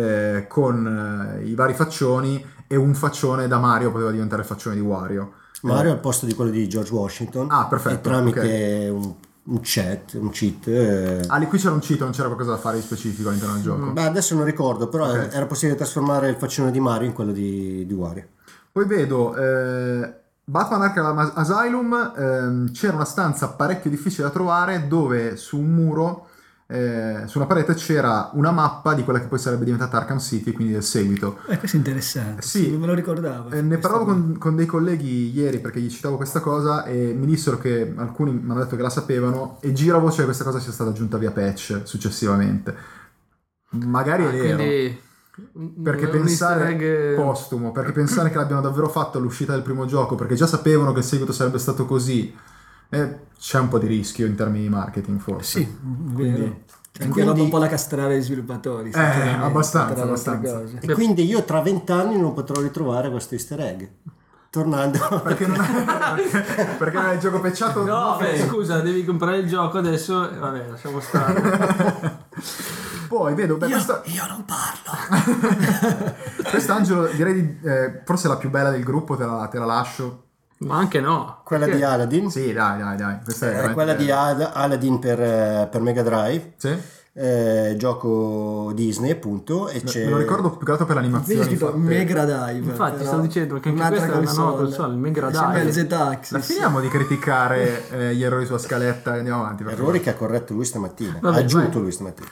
con i vari faccioni e un faccione da Mario poteva diventare il faccione di Wario. Mario al posto di quello di George Washington, perfetto, e tramite un cheat. Lì qui c'era un cheat, non c'era qualcosa da fare di specifico all'interno del gioco. Beh, adesso non ricordo, però era possibile trasformare il faccione di Mario in quello di Wario. Poi vedo Batman Arkham Asylum, c'era una stanza parecchio difficile da trovare dove su un muro, su una parete c'era una mappa di quella che poi sarebbe diventata Arkham City, quindi del seguito. Questo è interessante, Sì, non me lo ricordavo. Ne parlavo con dei colleghi ieri perché gli citavo questa cosa e mi dissero che alcuni mi hanno detto che la sapevano e gira voce che questa cosa sia stata aggiunta via patch successivamente. Magari è vero. quindi Perché pensare postumo, perché pensare che l'abbiano davvero fatto all'uscita del primo gioco, perché già sapevano che il seguito sarebbe stato così, c'è un po' di rischio in termini di marketing forse. Sì, vero. C'è anche quindi- roba un po' da castrare gli sviluppatori. abbastanza. E quindi io tra 20 anni non potrò ritrovare questo easter egg. Tornando Perché non è il gioco pecciato. no, scusa, devi comprare il gioco adesso, vabbè, lasciamo stare. Poi vedo Io non parlo. quest'Angelo direi forse la più bella del gruppo, te la lascio. Ma anche no. quella di Aladdin, Sì, dai. Questa è quella di Aladdin per Mega Drive. Sì. gioco Disney appunto, e Me lo ricordo più che altro per l'animazione. Invece tipo Mega Drive. Infatti stavo dicendo che anche questa è una nuova console, il Mega Drive. La finiamo di criticare gli errori sulla scaletta e andiamo avanti. Errori che ha corretto lui stamattina, Vabbè, ha aggiunto lui stamattina.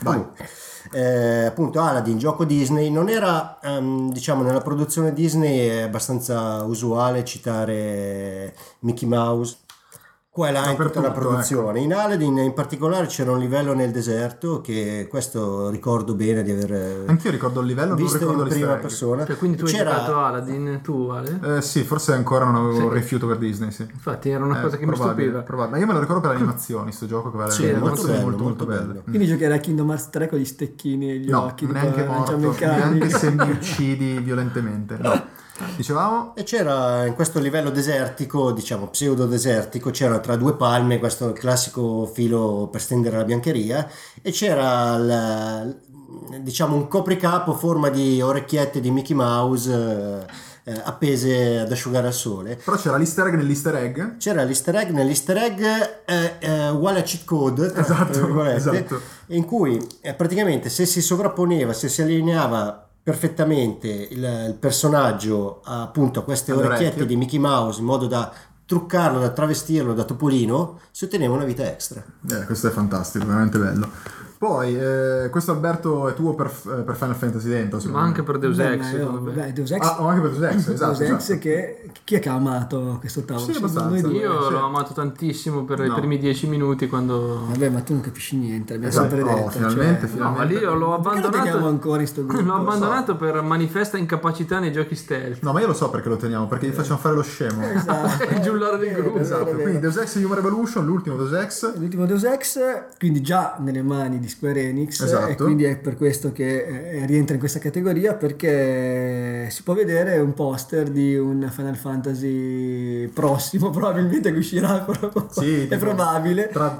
Appunto Aladdin, gioco Disney, non era diciamo nella produzione Disney è abbastanza usuale citare Mickey Mouse qua e là in tutta la produzione. In Aladdin in particolare c'era un livello nel deserto che questo ricordo bene di aver anch'io ricordo il livello, visto non ricordo in prima persona. Cioè, quindi tu hai giocato Aladdin, tu Ale? Sì, forse ancora non avevo un rifiuto per Disney, sì. Infatti era una cosa che mi stupiva. Ma io me lo ricordo per le animazioni, sto gioco che vale Sì, molto bello. Quindi giocherai a Kingdom Hearts 3 con gli stecchini e gli occhi, neanche morto, neanche se mi uccidi violentemente. No. Dicevamo? E c'era in questo livello desertico, diciamo pseudo desertico, c'era tra due palme questo classico filo per stendere la biancheria e c'era diciamo un copricapo a forma di orecchiette di Mickey Mouse appese ad asciugare al sole. Però c'era l'easter egg nell'easter egg. C'era l'easter egg nell'easter egg uguale a cheat code, esatto. in cui praticamente se si sovrapponeva, se si allineava perfettamente il personaggio appunto a queste orecchiette di Mickey Mouse in modo da truccarlo, da travestirlo da Topolino, si otteneva una vita extra. Questo è fantastico, veramente bello. Poi questo Alberto è tuo per Final Fantasy dentro, ma anche per Deus Ex. Deus Ex anche per Deus Ex, esatto. Deus Ex che chi è che ha amato questo tavolo? Sì, abbastanza. Io l'ho amato tantissimo per i primi 10 minuti quando... Vabbè, ma tu non capisci niente, l'abbiamo sempre detto. Finalmente. No, ma lì l'ho abbandonato. Ancora in sto gruppo? L'ho abbandonato per manifesta incapacità nei giochi stealth. No, ma io lo so perché lo teniamo, perché gli facciamo fare lo scemo. Esatto. Il giullare del gruppo. Esatto. Quindi Deus Ex Human Revolution, l'ultimo Deus Ex. L'ultimo Deus Ex, quindi già nelle mani di Square Enix. Esatto. E quindi è per questo che rientra in questa categoria, perché si può vedere un poster di un Final Fantasy prossimo, probabilmente che uscirà proprio. Sì, è probabile tra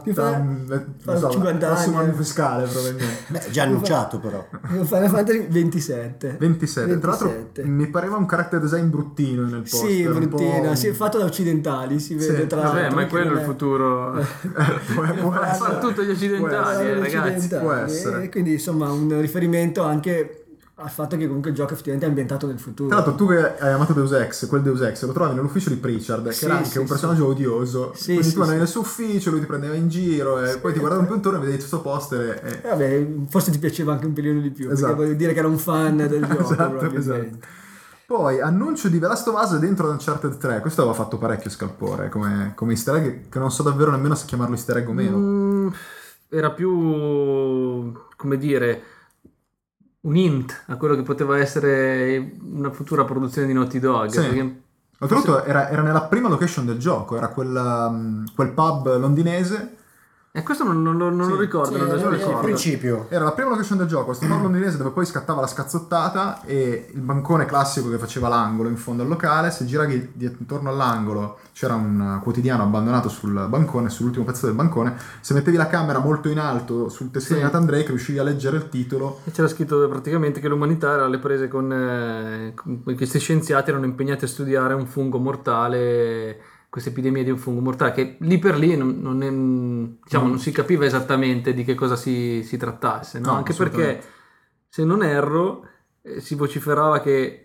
50 prossimo anni anno fiscale probabilmente. Già annunciato però. Final Fantasy 27. Tra l'altro mi pareva un character design bruttino nel poster. Sì, bruttino, sì, fatto da occidentali, si vede tra l'altro. Vabbè, ma è quello il futuro. Può essere. Fare tutto gli occidentali, ragazzi. Può essere. E quindi insomma un riferimento anche al fatto che comunque il gioco effettivamente è ambientato nel futuro. Tra l'altro tu che hai amato Deus Ex, quel Deus Ex lo trovi nell'ufficio di Pritchard, che era anche un personaggio odioso, quindi tu andavi nel suo ufficio, lui ti prendeva in giro e poi ti guardavi un po' intorno e vedevi tutto questo poster e... Vabbè, forse ti piaceva anche un pelino di più, perché voglio dire che era un fan del gioco. Esatto. Poi annuncio di The Last of Us dentro Uncharted 3, questo aveva fatto parecchio scalpore come easter egg, che non so davvero nemmeno se chiamarlo easter egg o meno. Era più, come dire, un hint a quello che poteva essere una futura produzione di Naughty Dog. Sì. Perché oltretutto era nella prima location del gioco, era quel pub londinese. E questo non lo ricordo, non lo ricordo. Al principio Era la prima location del gioco, questo pub londinese dove poi scattava la scazzottata e il bancone classico che faceva l'angolo in fondo al locale. Se giravi intorno all'angolo c'era un quotidiano abbandonato sul bancone, sull'ultimo pezzo del bancone. Se mettevi la camera molto in alto sul testone di Nathan Drake riuscivi a leggere il titolo. E c'era scritto praticamente che l'umanità era alle prese con questi scienziati erano impegnati a studiare un fungo mortale, questa epidemia di un fungo mortale, che lì per lì non si capiva esattamente di che cosa si trattasse, no? Anche perché, se non erro, si vociferava che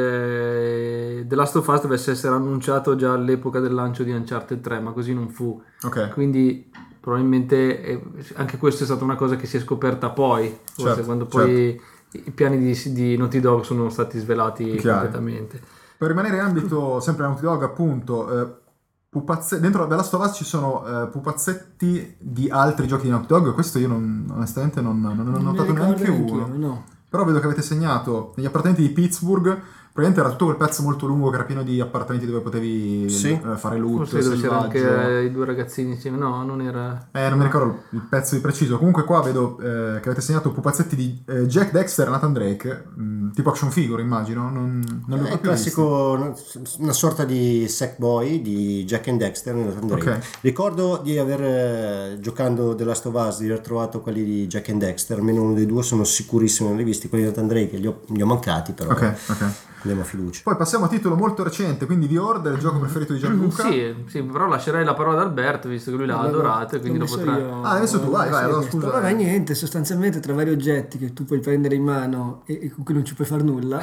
The Last of Us dovesse essere annunciato già all'epoca del lancio di Uncharted 3, ma così non fu. Quindi probabilmente anche questa è stata una cosa che si è scoperta poi, forse, quando poi i piani di Naughty Dog sono stati svelati completamente. Per rimanere in ambito sempre Naughty Dog, appunto, dentro The Last of Us ci sono pupazzetti di altri giochi di Naughty Dog. Questo io onestamente non ho notato neanche uno. No. Però vedo che avete segnato negli appartamenti di Pittsburgh. Praticamente era tutto quel pezzo molto lungo che era pieno di appartamenti dove potevi fare loot. Forse c'era anche i due ragazzini insieme. No, non era. Non mi ricordo il pezzo di preciso. Comunque qua vedo che avete segnato pupazzetti di Jack Dexter e Nathan Drake, tipo action figure, immagino. Non li ho proprio classico, una sorta di Sackboy di Jack and Dexter e Nathan Drake. Ricordo di aver giocando The Last of Us, di aver trovato quelli di Jack and Dexter, almeno uno dei due sono sicurissimo, non li ho visti. Quelli di Nathan Drake li ho mancati, però. Ok. Diamo fiducia. Poi passiamo a titolo molto recente, quindi The Order, il gioco preferito di Gianluca. Sì, però lascerei la parola ad Alberto, visto che lui l'ha adorato e quindi lo potrà... adesso tu, vai, allora questo. scusa. Vabbè, niente, sostanzialmente tra vari oggetti che tu puoi prendere in mano e con cui non ci puoi fare nulla.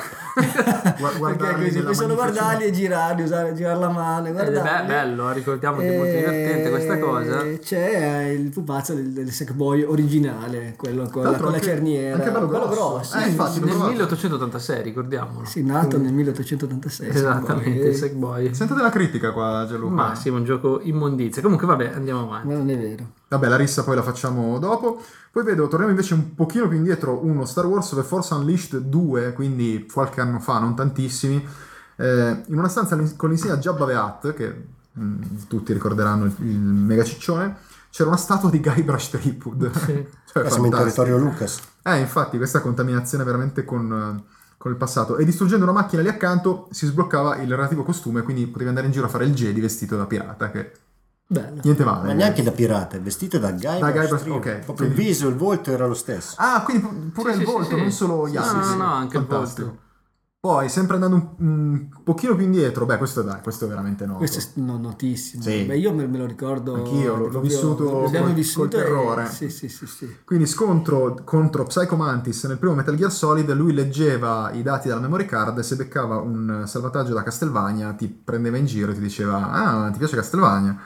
Perché così puoi solo guardarli e girarli, girare la mano e guardarli. È bello, ricordiamo che è molto divertente questa cosa. C'è il pupazzo del Sackboy originale, quello con la cerniera. Anche bello grosso. Infatti, Nel 1886, ricordiamolo. Sì, nato nel 1886. Esattamente, il Sackboy. Sentate la critica qua, Gianluca. Ma sì, un gioco immondizia. Comunque vabbè, andiamo avanti. Ma non è vero. Vabbè, la rissa poi la facciamo dopo. Poi vedo, torniamo invece un pochino più indietro, uno Star Wars The Force Unleashed 2, quindi qualche anno fa, non tantissimi, in una stanza con l'insegna Jabba the Hutt, che tutti ricorderanno il mega ciccione, c'era una statua di Guybrush Threepwood. Sì. Cioè, Siamo in territorio Lucas. Infatti, questa contaminazione veramente con il passato. E distruggendo una macchina lì accanto si sbloccava il relativo costume, quindi potevi andare in giro a fare il Jedi vestito da pirata, che Bello. niente male. Ma neanche da pirata, è vestito da Guybrush. ok. Proprio il viso, il volto era lo stesso. Ah, quindi pure Sì, il sì, volto, sì. non solo gli No, assi. no, anche il Fantastico. volto. Poi, sempre andando un pochino più indietro, questo è veramente noto. Questo è notissimo. Sì. Beh, io me lo ricordo. Anch'io, l'ho proprio- vissuto l'abbiamo col vissuto terrore. Sì. Quindi scontro contro Psycho Mantis nel primo Metal Gear Solid, lui leggeva i dati dalla memory card e se beccava un salvataggio da Castlevania ti prendeva in giro e ti diceva "Ah, ti piace Castlevania?"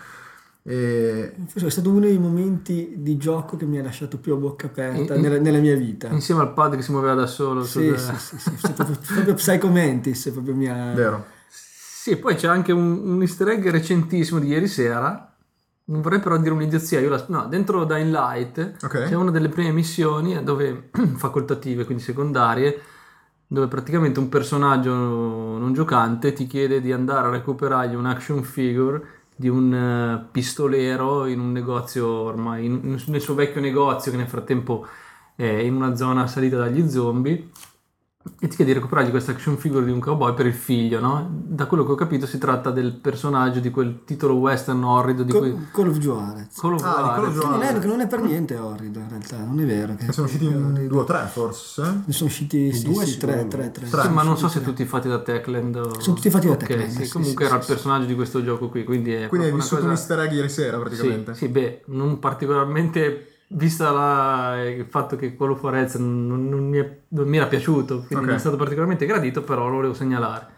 E... È stato uno dei momenti di gioco che mi ha lasciato più a bocca aperta nella mia vita. Insieme al pad che si muoveva da solo. Sì. Proprio Psycho Mantis, proprio mia... Vero. Sì, poi c'è anche un easter egg recentissimo di ieri sera. Non vorrei però dire un'idiozia. No, dentro Dying Light Ok. c'è una delle prime missioni dove facoltative, quindi secondarie, dove praticamente un personaggio non giocante ti chiede di andare a recuperargli un action figure di un pistolero in un negozio ormai, nel suo vecchio negozio che nel frattempo è in una zona assalita dagli zombie, e ti chiede di recuperargli questa action figure di un cowboy per il figlio, no? Da quello che ho capito si tratta del personaggio di quel titolo western orrido di cui... Call of Juarez. Call of Ah, di Call of Juarez. Juarez. Che non è per niente orrido in realtà, non è vero. Ne sono usciti 2 o 3 forse? Ne sono usciti Due tre. sicuramente. Sì, ma non so se tutti fatti da Techland o... Sono tutti fatti da Ok, Techland, sì, sì, comunque sì, era sì, il personaggio di questo gioco qui, quindi è Quindi hai proprio una vissuto un cosa... easter egg ieri sera praticamente. Sì, beh, non particolarmente vista il fatto che Call of Juarez non mi era piaciuto, quindi Ok. non è stato particolarmente gradito, però lo volevo segnalare.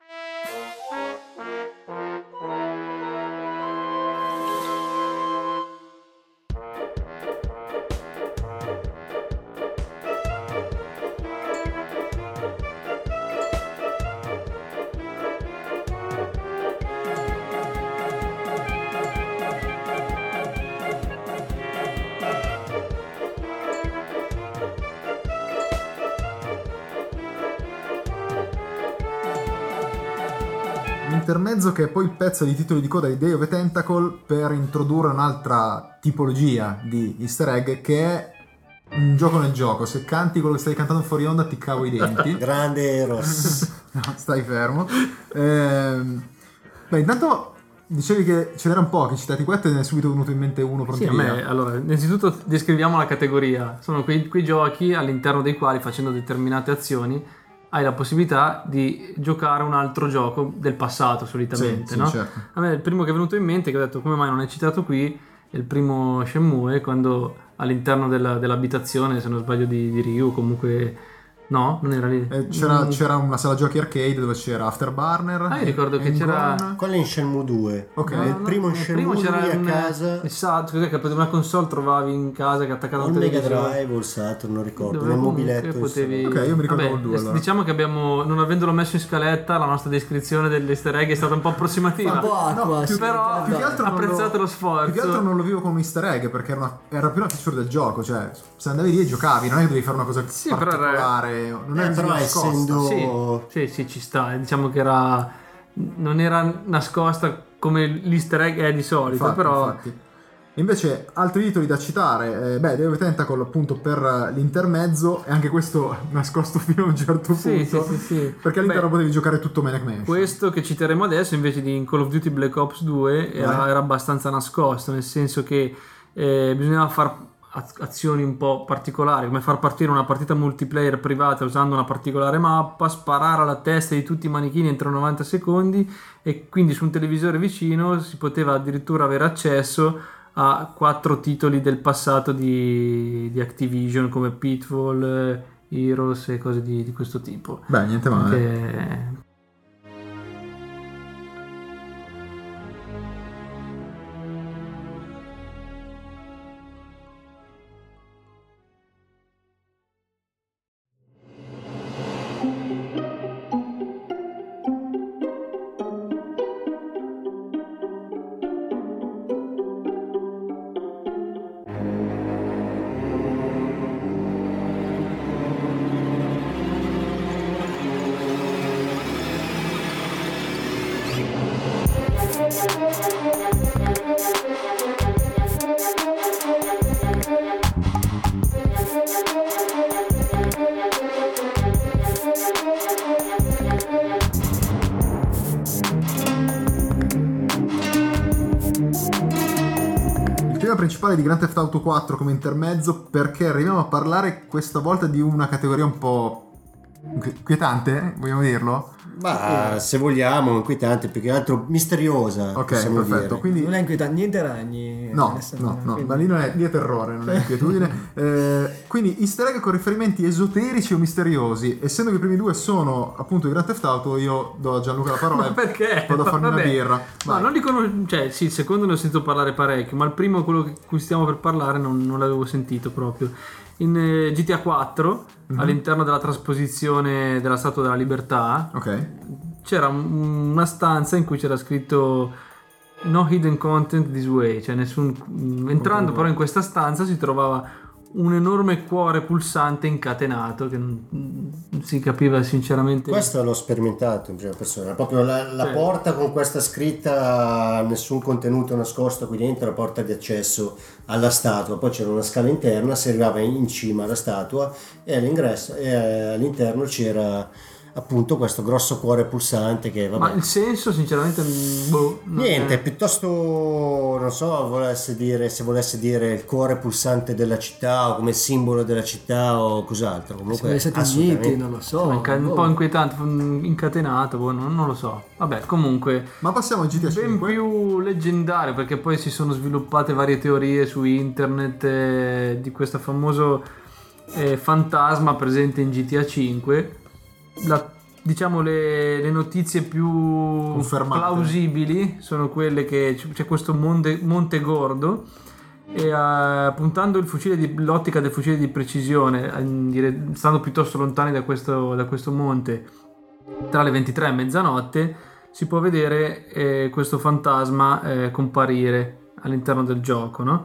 Intermezzo che è poi il pezzo di titolo di coda di Day of the Tentacle per introdurre un'altra tipologia di easter egg che è un gioco nel gioco. Se canti quello che stai cantando fuori onda ti cavo i denti. Grande Eros. No, stai fermo. Beh, intanto dicevi che ce n'erano pochi citati qua e te ne è subito venuto in mente uno pronto Sì, a me, allora, innanzitutto descriviamo la categoria. Sono quei giochi all'interno dei quali, facendo determinate azioni, hai la possibilità di giocare un altro gioco del passato solitamente, Sì, no? certo. A me il primo che è venuto in mente, che ho detto come mai non è citato qui, è il primo Shenmue, quando all'interno dell'abitazione, se non sbaglio di Ryu, comunque no, non era lì. C'era una sala giochi arcade dove c'era Afterburner. Io ricordo che c'era... Quello è in Shenmue 2. Ok. Nel primo in Shenmue lui a casa. Esatto, cos'è che una console trovavi in casa che attaccata O al il Mega televisore? Drive o il Saturn, non ricordo. Dove Nel comunque mobiletto. potevi... Ok, io mi ricordo Vabbè, il 2 allora. diciamo che abbiamo, non avendolo messo in scaletta, la nostra descrizione dell'easter egg è stata un po' approssimativa. Un po' acqua, No, sì, però più che altro non apprezzate lo sforzo. Più che altro non lo vivo come un easter egg perché era più una feature del gioco, cioè se andavi lì e giocavi, non è che dovevi fare una cosa Sì, però particolare, non è però nascosta. essendo... Sì, ci sta. Diciamo che non era nascosta come l'easter egg è di solito, Infatti, però... infatti. Invece altri titoli da citare, Day of the Tentacle appunto per l'intermezzo e anche questo nascosto fino a un certo Sì, punto sì. perché all'interno Beh, potevi giocare tutto Maniac Mansion. questo che citeremo adesso invece di in Call of Duty Black Ops 2 era abbastanza nascosto, nel senso che bisognava far azioni un po' particolari, come far partire una partita multiplayer privata usando una particolare mappa, sparare alla testa di tutti i manichini entro 90 secondi, e quindi su un televisore vicino si poteva addirittura avere accesso a 4 titoli del passato di Activision, come Pitfall, Heroes e cose di questo tipo. Beh, niente male. Principale di Grand Theft Auto 4 come intermezzo, perché arriviamo a parlare questa volta di una categoria un po' inquietante, vogliamo dirlo? Ma se vogliamo, inquietante, più che altro misteriosa. Ok, perfetto. Dire. Quindi non è inquietante, niente ragni. No, ma lì lì è terrore, non è inquietudine. Quindi easter egg con riferimenti esoterici o misteriosi. Essendo che i primi due sono appunto di Grand Theft Auto, io do a Gianluca la parola. Ma perché? Vado a farmi una birra. No, non li conosco, cioè sì, il secondo ne ho sentito parlare parecchio, ma il primo, quello di cui stiamo per parlare, non l'avevo sentito proprio. In GTA 4, all'interno della trasposizione della Statua della Libertà, c'era una stanza in cui c'era scritto no hidden content this way, cioè entrando però in questa stanza si trovava un enorme cuore pulsante incatenato che non si capiva sinceramente. Questo l'ho sperimentato in prima persona, proprio la porta con questa scritta, nessun contenuto nascosto qui dentro, la porta di accesso alla statua, poi c'era una scala interna, si arrivava in cima alla statua e all'ingresso e all'interno c'era appunto questo grosso cuore pulsante che vabbè. Ma il senso sinceramente niente, piuttosto non so se volesse dire il cuore pulsante della città o come simbolo della città o cos'altro, comunque assolutamente non lo so, un po' inquietante, incatenato, non lo so, vabbè, comunque. Ma passiamo a GTA 5, ben più leggendario, perché poi si sono sviluppate varie teorie su internet di questo famoso fantasma presente in GTA 5. Diciamo le notizie più plausibili sono quelle che c'è questo Monte Gordo e puntando l'ottica del fucile di precisione, stando piuttosto lontani da questo monte, tra le 23 e mezzanotte si può vedere questo fantasma comparire all'interno del gioco, no?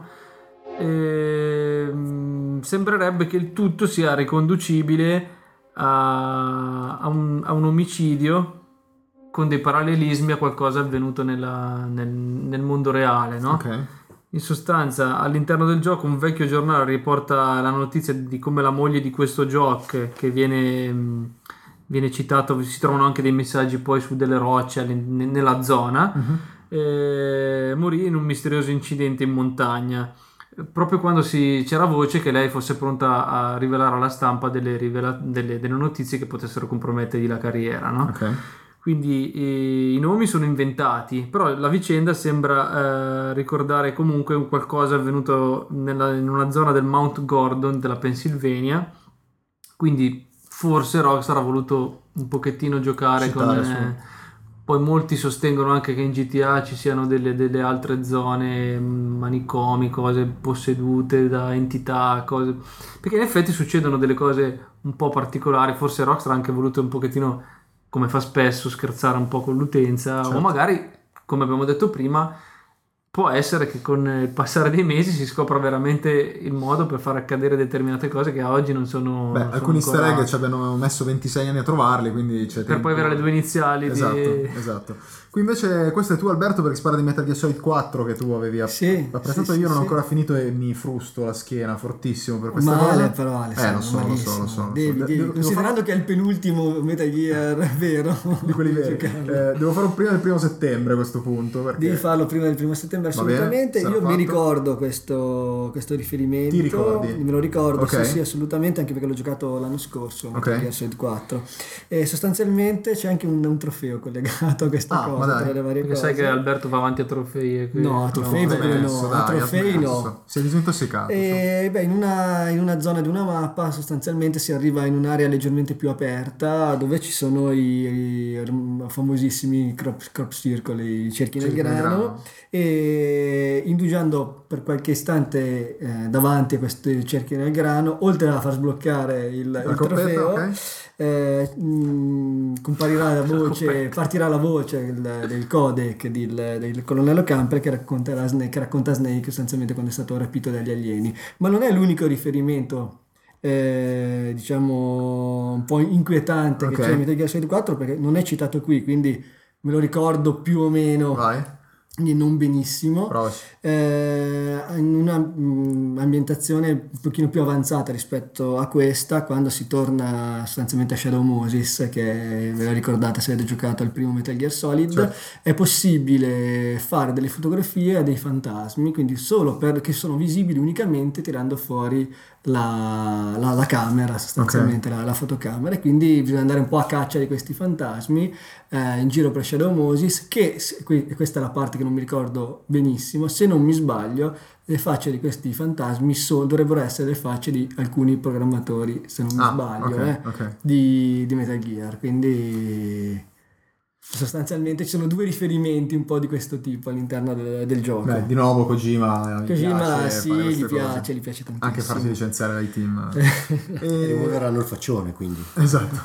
Sembrerebbe che il tutto sia riconducibile a un omicidio con dei parallelismi a qualcosa avvenuto nel mondo reale, no? In sostanza, all'interno del gioco un vecchio giornale riporta la notizia di come la moglie di questo Jock, che viene citato, si trovano anche dei messaggi poi su delle rocce nella zona, morì in un misterioso incidente in montagna, proprio quando c'era voce che lei fosse pronta a rivelare alla stampa delle notizie che potessero compromettergli la carriera, no? Quindi i nomi sono inventati, però la vicenda sembra ricordare comunque qualcosa avvenuto in una zona del Mount Gordon della Pennsylvania, quindi forse Rockstar ha voluto un pochettino giocare poi molti sostengono anche che in GTA ci siano delle altre zone, manicomi, cose possedute da entità, cose, perché in effetti succedono delle cose un po' particolari. Forse Rockstar ha anche voluto un pochettino, come fa spesso, scherzare un po' con l'utenza, o magari, come abbiamo detto prima, può essere che con il passare dei mesi si scopra veramente il modo per far accadere determinate cose che a oggi non sono. Alcuni easter egg ci abbiano messo 26 anni a trovarli, quindi c'è per poi avere le due iniziali. Esatto. Qui invece questo è tu, Alberto, perché si parla di Metal Gear Solid 4 che tu avevi apprezzato. Io non ho ancora finito e mi frusto la schiena fortissimo per questa cosa. Però Alessandro, lo so. Considerando che è il penultimo Metal Gear vero di quelli veri, devo farlo prima del 1 settembre a questo punto, perché devi farlo prima del 1 settembre. assolutamente. Io mi ricordo questo riferimento. Ti ricordi? Me lo ricordo, Okay. sì, assolutamente, anche perché l'ho giocato l'anno scorso, Okay. Metal Gear Solid 4. E sostanzialmente c'è anche un trofeo collegato a questa ma cosa, dai. tra le varie Perché cose. sai che Alberto va avanti a trofei. E No, a trofei No, proprio smesso, no, dai, a trofei ha no. smesso. Si è disintossicato. E beh, in una zona di una mappa sostanzialmente si arriva in un'area leggermente più aperta dove ci sono i famosissimi crop circle, i cerchi nel grano, e indugiando per qualche istante davanti a questi cerchi nel grano, oltre a far sbloccare il coppetta, trofeo, ok. comparirà la voce, partirà la voce del codec del colonnello Camper che racconta a Snake sostanzialmente quando è stato rapito dagli alieni. Ma non è l'unico riferimento diciamo un po' inquietante Ok. che c'è in Metal Gear Solid 4, perché non è citato qui, quindi me lo ricordo più o meno, Vai, non benissimo. provaci. In una ambientazione un pochino più avanzata rispetto a questa, quando si torna sostanzialmente a Shadow Moses, che ve la ricordate se avete giocato al primo Metal Gear Solid, Certo. è possibile fare delle fotografie a dei fantasmi, quindi che sono visibili unicamente tirando fuori la camera, sostanzialmente la fotocamera, e quindi bisogna andare un po' a caccia di questi fantasmi in giro per Shadow Moses, questa è la parte che non mi ricordo benissimo, se non mi sbaglio le facce di questi fantasmi dovrebbero essere le facce di alcuni programmatori, se non mi sbaglio, ok. di Metal Gear, quindi sostanzialmente ci sono due riferimenti un po' di questo tipo all'interno del gioco. Beh, di nuovo Kojima sì, fare gli queste cose. piace tantissimo. Anche farsi licenziare dai team. Rimuoveranno il faccione, quindi. Esatto.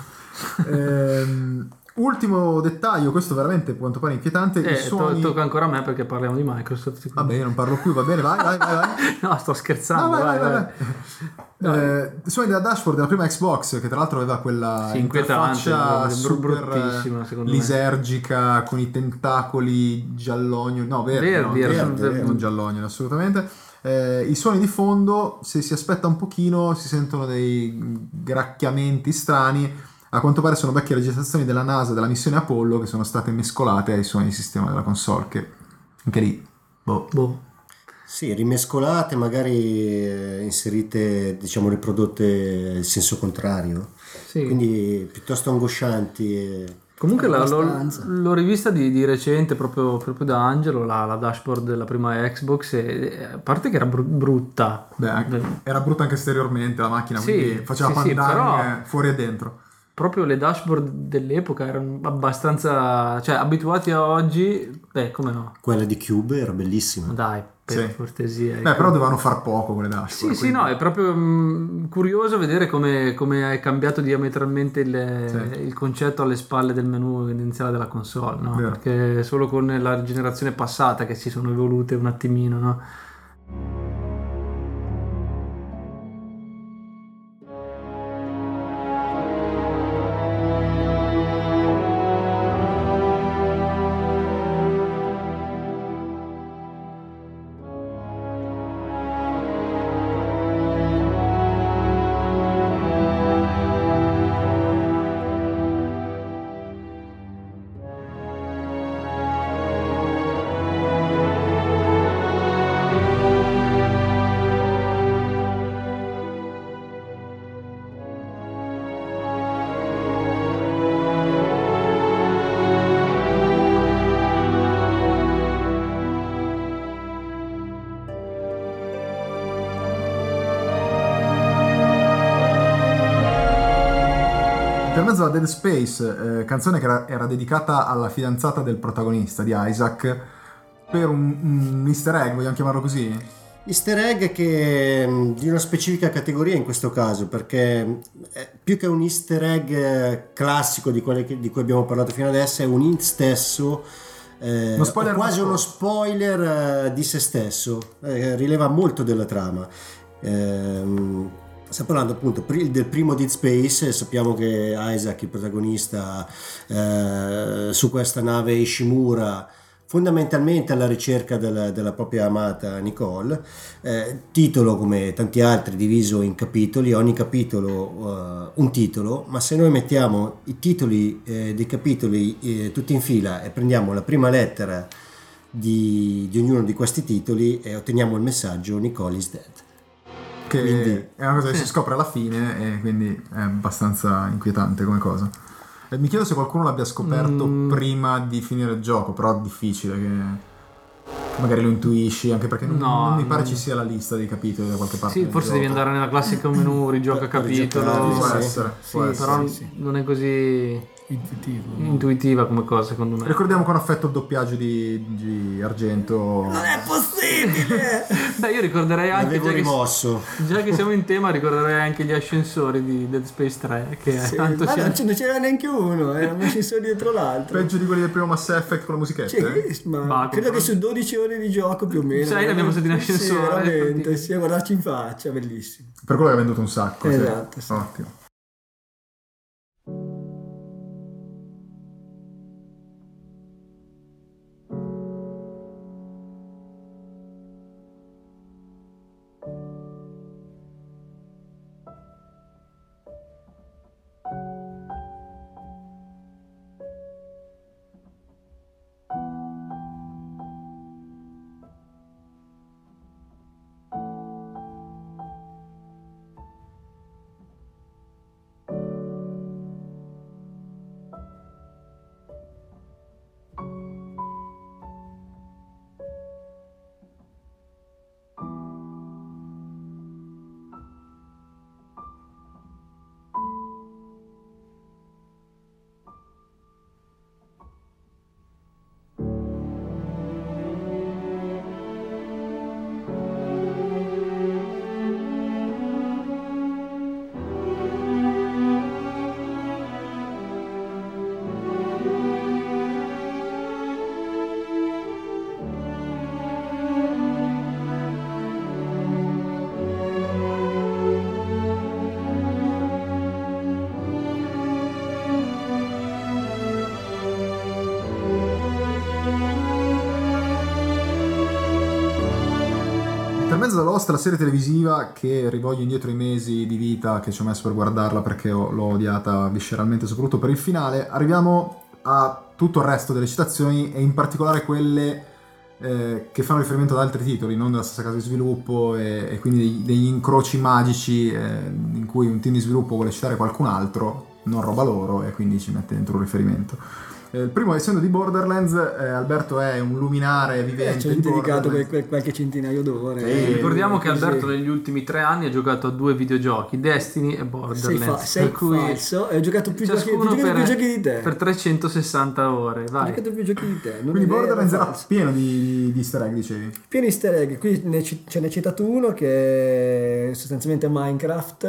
Ultimo dettaglio, questo veramente a quanto pare inquietante, i suoni... Tocca ancora a me perché parliamo di Microsoft. Vabbè, io non parlo più, va bene, vai. No, sto scherzando, No, vai. I suoni della dashboard della prima Xbox, che tra l'altro aveva quella Sì, inquietante, interfaccia super bruttissima, secondo me. lisergica, con i tentacoli giallogno, no, verdi, non giallogno, assolutamente. I suoni di fondo, se si aspetta un pochino, si sentono dei gracchiamenti strani. A quanto pare sono vecchie registrazioni della NASA della missione Apollo che sono state mescolate ai suoni di sistema della console, che anche lì boh. Sì, rimescolate, magari inserite, diciamo, riprodotte il senso contrario, Sì. quindi piuttosto angoscianti. Comunque Abbastanza. l'ho rivista di recente proprio da Angelo, la dashboard della prima Xbox, e a parte che era brutta. Beh, era brutta anche esteriormente la macchina, Sì, quindi faceva sì, pandanne però- fuori e dentro. Proprio le dashboard dell'epoca erano abbastanza, cioè abituati a oggi, come no? Quella di Cube era bellissima. Dai, per Sì. cortesia. Beh, però dovevano far poco con le dashboard. Sì, no, è proprio curioso vedere come è cambiato diametralmente il concetto alle spalle del menu iniziale della console, no? Vero. Perché solo con la generazione passata che si sono evolute un attimino, no? Per mezzo a Dead Space, canzone che era dedicata alla fidanzata del protagonista, di Isaac, per un easter egg, vogliamo chiamarlo così? Easter egg che di una specifica categoria in questo caso, perché più che un easter egg classico di quelli di cui abbiamo parlato fino adesso, è un hint stesso, spoiler quasi nascosto. uno spoiler di se stesso, rileva molto della trama. Stiamo parlando appunto del primo Dead Space, sappiamo che Isaac, il protagonista, su questa nave Ishimura, fondamentalmente alla ricerca della propria amata Nicole, titolo come tanti altri diviso in capitoli, ogni capitolo un titolo, ma se noi mettiamo i titoli dei capitoli tutti in fila e prendiamo la prima lettera di ognuno di questi titoli e otteniamo il messaggio Nicole is dead. Che Quindi- è una cosa che si scopre alla fine e quindi è abbastanza inquietante come cosa. E mi chiedo se qualcuno l'abbia scoperto prima di finire il gioco, però è difficile che magari lo intuisci, anche perché non mi pare ci sia la lista dei capitoli da qualche parte. Sì, del forse gioco. devi andare nella classica menu rigioca Per capitolo, rigiocare, Può sì. essere, può essere. però sì. non è così Intuitivo. intuitiva come cosa, secondo me. Ricordiamo con affetto il doppiaggio di Argento. Non è possibile! Beh, io ricorderei anche, L'avevo rimosso. già che siamo in tema, ricorderei anche gli ascensori di Dead Space 3, che Sì, tanto ma ci- non c'era neanche uno, era un ascensore dietro l'altro. Peggio di quelli del primo Mass Effect con la musichetta. Sì, ma Ma credo che su 12 ore di gioco più o meno. Sai, ne abbiamo stati in Sì, ascensore, veramente, infatti. sì, a guardarci in faccia, bellissimo. Per quello che ha venduto un sacco. sì. Esatto, sì. Ottimo. Intermezzo da Lost, la serie televisiva che rivoglio indietro i mesi di vita che ci ho messo per guardarla perché l'ho odiata visceralmente, soprattutto per il finale, arriviamo a tutto il resto delle citazioni e in particolare quelle che fanno riferimento ad altri titoli, non della stessa casa di sviluppo e quindi degli incroci magici in cui un team di sviluppo vuole citare qualcun altro, non roba loro, e quindi ci mette dentro un riferimento. Il primo, essendo di Borderlands, Alberto è un luminare vivente Ci ho di dedicato Borderlands. qualche centinaio d'ore. Sì, Ricordiamo che Così. Alberto negli ultimi 3 anni ha giocato a 2 videogiochi, Destiny e Sei, Borderlands, sei per cui falso, hai giocato più giochi, ciascuno più giochi di te. per 360 ore, Hai vai. giocato più giochi di te. Non Quindi è vero, Borderlands è era falso. pieno di easter egg, dicevi. Pieno easter egg, qui ce n'è citato uno che è sostanzialmente Minecraft,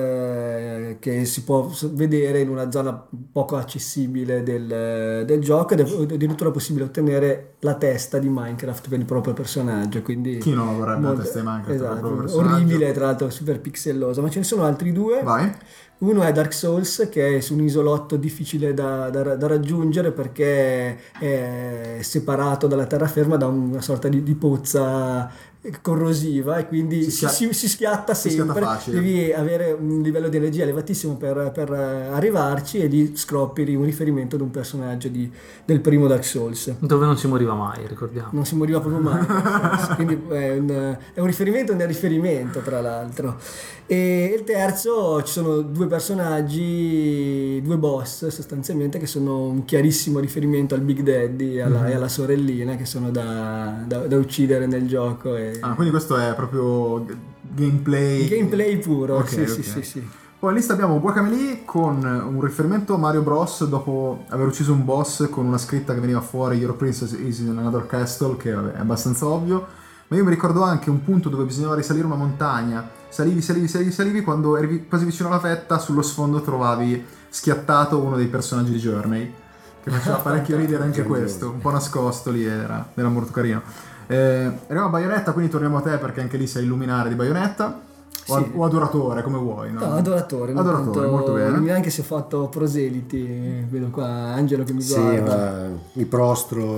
che si può vedere in una zona poco accessibile del gioco ed è addirittura possibile ottenere la testa di Minecraft per il proprio personaggio, quindi Chi non vorrebbe la molto- testa di Minecraft per il esatto, proprio personaggio? orribile, tra l'altro super pixelloso, ma ce ne sono altri due. Vai. Uno è Dark Souls, che è su un isolotto difficile da raggiungere perché è separato dalla terraferma da una sorta di pozza corrosiva e quindi si schiatta si schiatta sempre. facile. Devi avere un livello di energia elevatissimo per arrivarci e lì scroppi un riferimento ad un personaggio del primo Dark Souls. Dove non si moriva mai, ricordiamo. Non si moriva proprio mai. Quindi è un riferimento nel riferimento, tra l'altro. E il terzo, ci sono due personaggi, due boss sostanzialmente, che sono un chiarissimo riferimento al Big Daddy e alla sorellina, che sono da uccidere nel gioco. Ah, quindi questo è proprio Gameplay puro, Ok, sì, ok. sì, sì, sì. Poi in lista abbiamo Guacamelee con un riferimento a Mario Bros. Dopo aver ucciso un boss con una scritta che veniva fuori Your Princess is in another castle, che vabbè, è abbastanza ovvio. Ma io mi ricordo anche un punto dove bisognava risalire una montagna. Salivi, quando eri quasi vicino alla vetta, sullo sfondo trovavi schiattato uno dei personaggi di Journey, che faceva parecchio ridere anche questo, un po' nascosto lì, era molto carino. Arriviamo a Bayonetta, quindi torniamo a te perché anche lì sei illuminare di Bayonetta. O adoratore, come vuoi, no? No, adoratore, Molto bene. Anche se ho fatto proseliti, vedo qua Angelo che mi Sì, guarda. ma il prostro.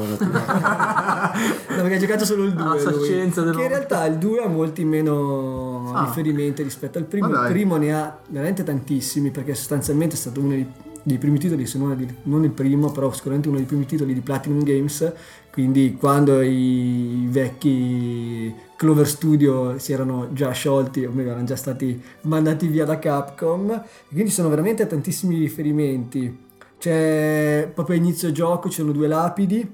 No, perché ha giocato solo il 2 La saccenza che in realtà il 2 ha molti meno riferimenti rispetto al primo. Ma dai. Il primo ne ha veramente tantissimi, perché sostanzialmente è stato uno dei primi titoli, se non il primo, però sicuramente uno dei primi titoli di Platinum Games, quindi quando i vecchi Clover Studio si erano già sciolti, o meglio erano già stati mandati via da Capcom, e quindi ci sono veramente tantissimi riferimenti. C'è proprio a inizio gioco, ci sono 2 lapidi,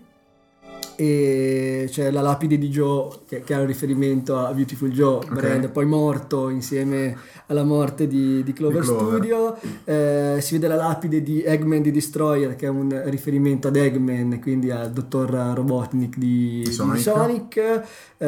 e c'è la lapide di Joe che ha un riferimento a Beautiful Joe, Brand, poi morto insieme alla morte di Clover Studio. Si vede la lapide di Eggman di Destroyer, che è un riferimento ad Eggman, quindi al dottor Robotnik di Sonic.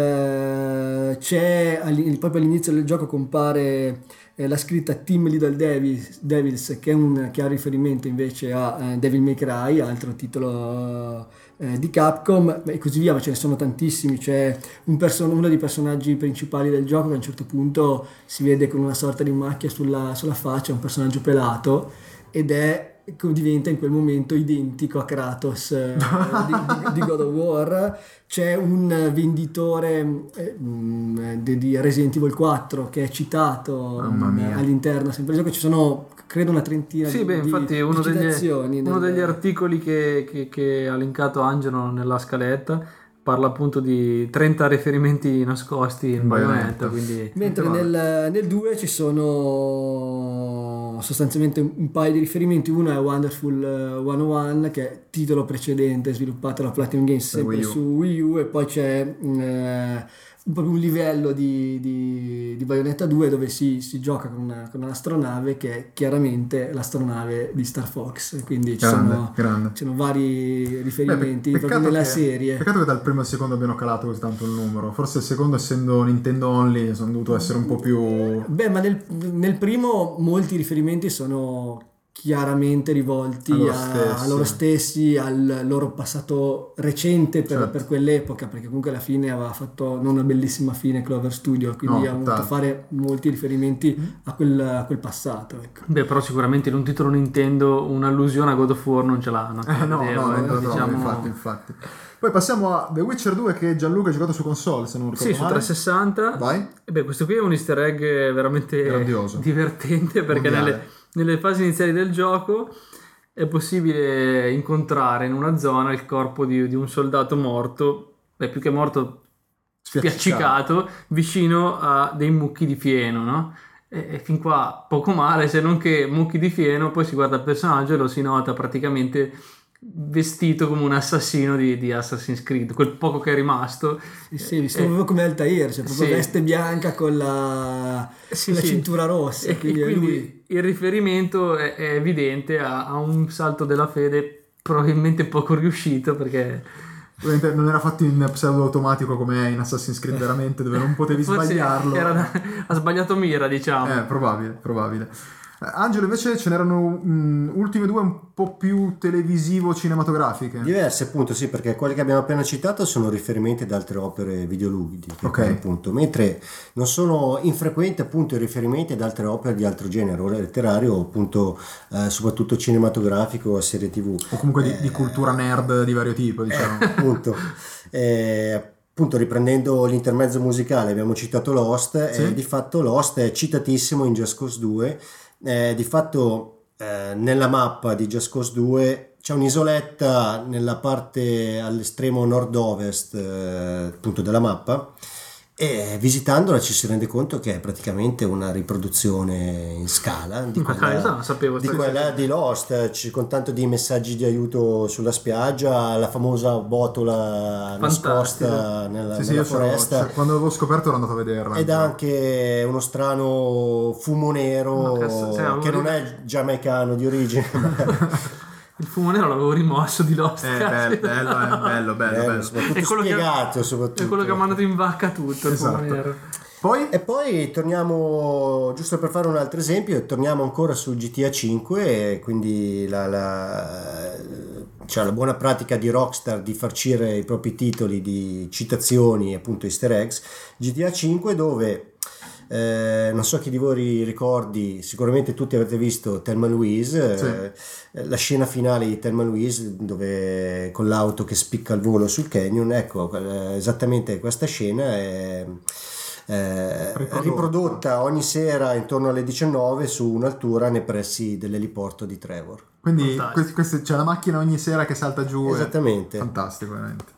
C'è proprio all'inizio del gioco compare la scritta Team Little Devils, che ha riferimento invece a Devil May Cry, altro titolo di Capcom, e così via, ma ce ne sono tantissimi. C'è uno dei personaggi principali del gioco che a un certo punto si vede con una sorta di macchia sulla faccia, un personaggio pelato, ed diventa in quel momento identico a Kratos di God of War. C'è un venditore di Resident Evil 4 che è citato all'interno sempre del gioco. Ci sono credo una trentina infatti uno degli articoli che ha linkato Angelo nella scaletta parla appunto di 30 riferimenti nascosti in Bayonetta, quindi... Mentre nel 2 ci sono sostanzialmente un paio di riferimenti. Uno è Wonderful 101, che è titolo precedente sviluppato da Platinum Games sempre su Wii U, e poi c'è proprio un livello di Bayonetta 2 dove si gioca con un'astronave che è chiaramente l'astronave di Star Fox, quindi ci sono vari riferimenti proprio nella serie. Peccato che dal primo al secondo abbiano calato così tanto il numero. Forse il secondo, essendo Nintendo only, sono dovuto essere un po' più... ma nel primo molti riferimenti sono chiaramente rivolti a loro stessi, al loro passato recente per quell'epoca, perché comunque alla fine aveva fatto non una bellissima fine Clover Studio, quindi ha voluto fare molti riferimenti a quel passato, ecco. Però sicuramente in un titolo Nintendo un'allusione a God of War non ce l'hanno. No, infatti. Poi passiamo a The Witcher 2, che Gianluca ha giocato su console, se non ricordo male. Su 360. Vai. Questo qui è un easter egg veramente grandioso, divertente, perché nelle fasi iniziali del gioco è possibile incontrare in una zona il corpo di un soldato morto, più che morto, spiaccicato, vicino a dei mucchi di fieno, no? E fin qua poco male, se non che mucchi di fieno. Poi si guarda il personaggio e lo si nota praticamente vestito come un assassino di Assassin's Creed, quel poco che è rimasto. Visto proprio come Altair, cioè proprio veste bianca con la cintura rossa, quindi il riferimento è evidente a un salto della fede probabilmente poco riuscito, perché ovviamente non era fatto in pseudo automatico come è in Assassin's Creed veramente, dove non potevi sbagliarlo. Ha sbagliato mira, diciamo. Probabile. Angelo, invece ce n'erano ultime 2 un po' più televisivo-cinematografiche. Diverse, appunto, sì, perché quelle che abbiamo appena citato sono riferimenti ad altre opere videoludiche, appunto, mentre non sono infrequenti appunto i riferimenti ad altre opere di altro genere, o letterario, appunto, soprattutto cinematografico o serie TV. O comunque di cultura nerd di vario tipo, diciamo. Appunto. Appunto, riprendendo l'intermezzo musicale, abbiamo citato Lost, e di fatto Lost è citatissimo in Just Cause 2. Di fatto nella mappa di Just Cause 2 c'è un'isoletta nella parte all'estremo nord-ovest appunto della mappa, e visitandola ci si rende conto che è praticamente una riproduzione in scala di quella di Lost, con tanto di messaggi di aiuto sulla spiaggia, la famosa botola nascosta nella foresta. Quando l'avevo scoperto ero andato a vederla. Ed anche uno strano fumo nero che non è giamaicano di origine. Il fumo nero l'avevo rimosso di Lost. Bello. Soprattutto spiegato. È quello che ha mandato in vacca tutto, il fumo nero. Poi torniamo, giusto per fare un altro esempio, torniamo ancora su GTA 5, quindi la buona pratica di Rockstar di farcire i propri titoli di citazioni, appunto easter eggs. GTA 5, dove non so chi di voi ricordi, sicuramente tutti avete visto Thelma e Louise, la scena finale di Thelma e Louise, dove con l'auto che spicca al volo sul canyon, ecco, esattamente questa scena riprodotta ogni sera intorno alle 19 su un'altura nei pressi dell'eliporto di Trevor. Quindi c'è la macchina ogni sera che salta giù. Esattamente. Fantastico, veramente.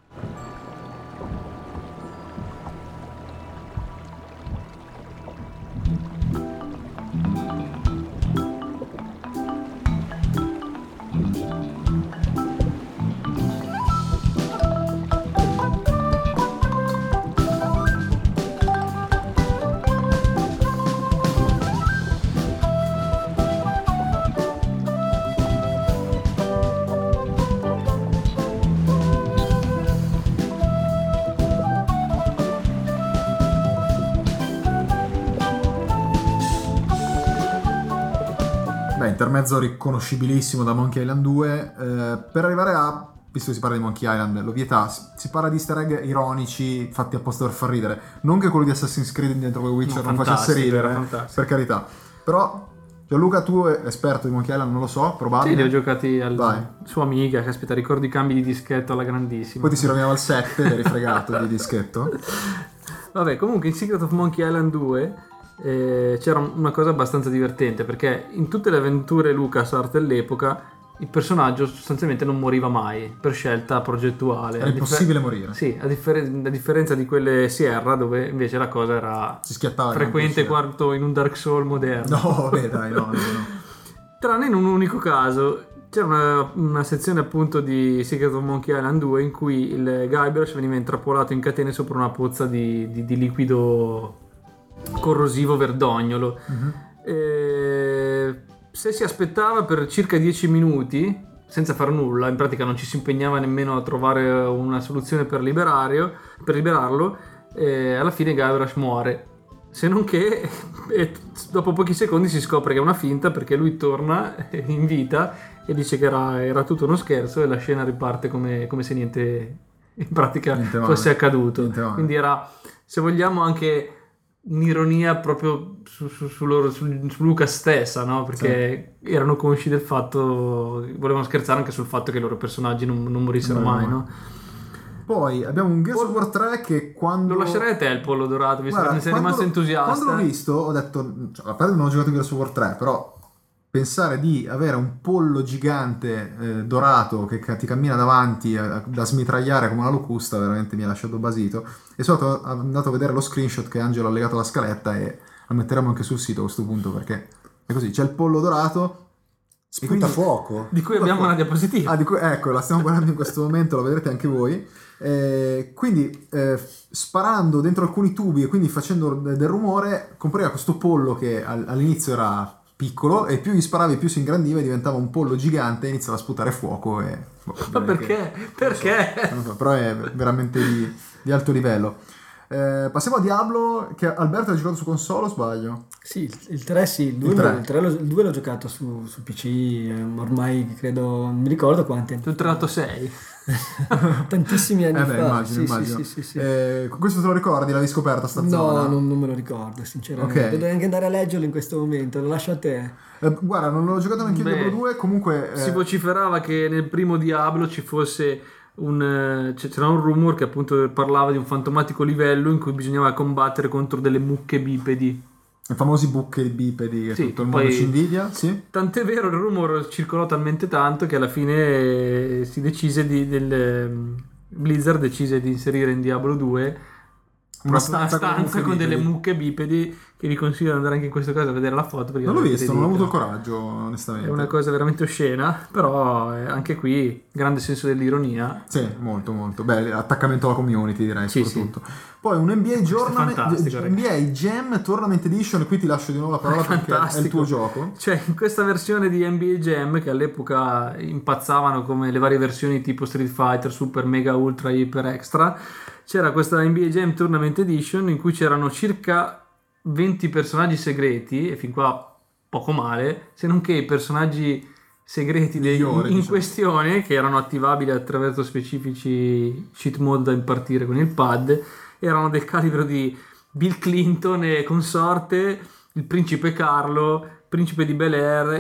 Intermezzo riconoscibilissimo da Monkey Island 2. Per arrivare a, visto che si parla di Monkey Island, l'ovvietà, si parla di easter egg ironici fatti apposta per far ridere, non che quello di Assassin's Creed dentro The Witcher non facesse ridere, per carità, però Gianluca, tu esperto di Monkey Island, non lo so, probabile. Sì, li ho giocati su Amiga, che aspetta, ricordi i cambi di dischetto alla grandissima. Poi ti si rovinava il 7 ed eri fregato di dischetto. Vabbè, comunque in Secret of Monkey Island 2 c'era una cosa abbastanza divertente, perché in tutte le avventure LucasArts dell'epoca il personaggio sostanzialmente non moriva mai per scelta progettuale. Era impossibile morire. Sì, a differenza di quelle Sierra, dove invece la cosa era frequente quanto in un Dark Souls moderno. No, vabbè, dai, no. Tranne in un unico caso. C'era una sezione appunto di Secret of Monkey Island 2 in cui il Guybrush veniva intrappolato in catene sopra una pozza di liquido corrosivo verdognolo. Se si aspettava per circa 10 minuti senza far nulla, in pratica non ci si impegnava nemmeno a trovare una soluzione per liberarlo, alla fine Guybrush muore, se non che dopo pochi secondi si scopre che è una finta, perché lui torna in vita e dice che era tutto uno scherzo, e la scena riparte come se niente in pratica fosse accaduto. Quindi era, se vogliamo, anche un'ironia proprio su Lucas stessa, no? Perché erano consci del fatto, volevano scherzare anche sul fatto che i loro personaggi non morissero mai, no? Poi abbiamo un Gears of War 3 che quando... Lo lascerei a te il pollo dorato, visto che ne sei rimasto entusiasta. Quando l'ho visto ho detto, a parte non ho giocato in Gears of War 3, però pensare di avere un pollo gigante dorato che ti cammina davanti da smitragliare come una locusta veramente mi ha lasciato basito, e sono andato a vedere lo screenshot che Angelo ha legato alla scaletta, e lo metteremo anche sul sito a questo punto, perché è così, c'è il pollo dorato sputa fuoco, di cui abbiamo una diapositiva, ecco, la stiamo guardando in questo momento, la vedrete anche voi. Quindi sparando dentro alcuni tubi e quindi facendo del rumore, compariva questo pollo che all'inizio era piccolo, e più gli sparavi più si ingrandiva e diventava un pollo gigante e iniziava a sputare fuoco. Ma perché? Perché? Non so, però è veramente di alto livello. Passiamo a Diablo, che Alberto ha giocato su console, o sbaglio? Sì, il 3 sì, il 2 l'ho giocato su PC, ormai credo, non mi ricordo quanti anni. Tu 386? Tantissimi anni fa. Immagino. Sì. Questo te lo ricordi? L'avevi scoperta sta zona? No, non me lo ricordo sinceramente. Okay. Devo anche andare a leggerlo in questo momento, lo lascio a te. Guarda, non l'ho giocato neanche io Diablo 2, comunque... Si vociferava che nel primo Diablo ci fosse c'era un rumor che appunto parlava di un fantomatico livello in cui bisognava combattere contro delle mucche bipedi. I famosi buche bipedi che sì, tutto il mondo ci invidia, sì. Tant'è vero, il rumor circolò talmente tanto che alla fine si decise Blizzard decise di inserire in Diablo 2 una stanza con delle mucche bipedi, che vi consiglio di andare anche in questo caso a vedere la foto, perché non l'ho visto, non ho avuto il coraggio, onestamente. È una cosa veramente oscena, però anche qui grande senso dell'ironia. Sì, molto molto. Beh, attaccamento alla community, direi, soprattutto. Sì. Poi un NBA Jam Tournament Edition, e qui ti lascio di nuovo la parola perché è il tuo gioco. Cioè, in questa versione di NBA Jam, che all'epoca impazzavano come le varie versioni tipo Street Fighter, Super, Mega, Ultra, Hyper, Extra, c'era questa NBA Jam Tournament Edition in cui c'erano circa 20 personaggi segreti, e fin qua poco male, se non che i personaggi segreti in questione, che erano attivabili attraverso specifici cheat mode da impartire con il pad, erano del calibro di Bill Clinton e consorte, il principe Carlo, principe di Bel Air,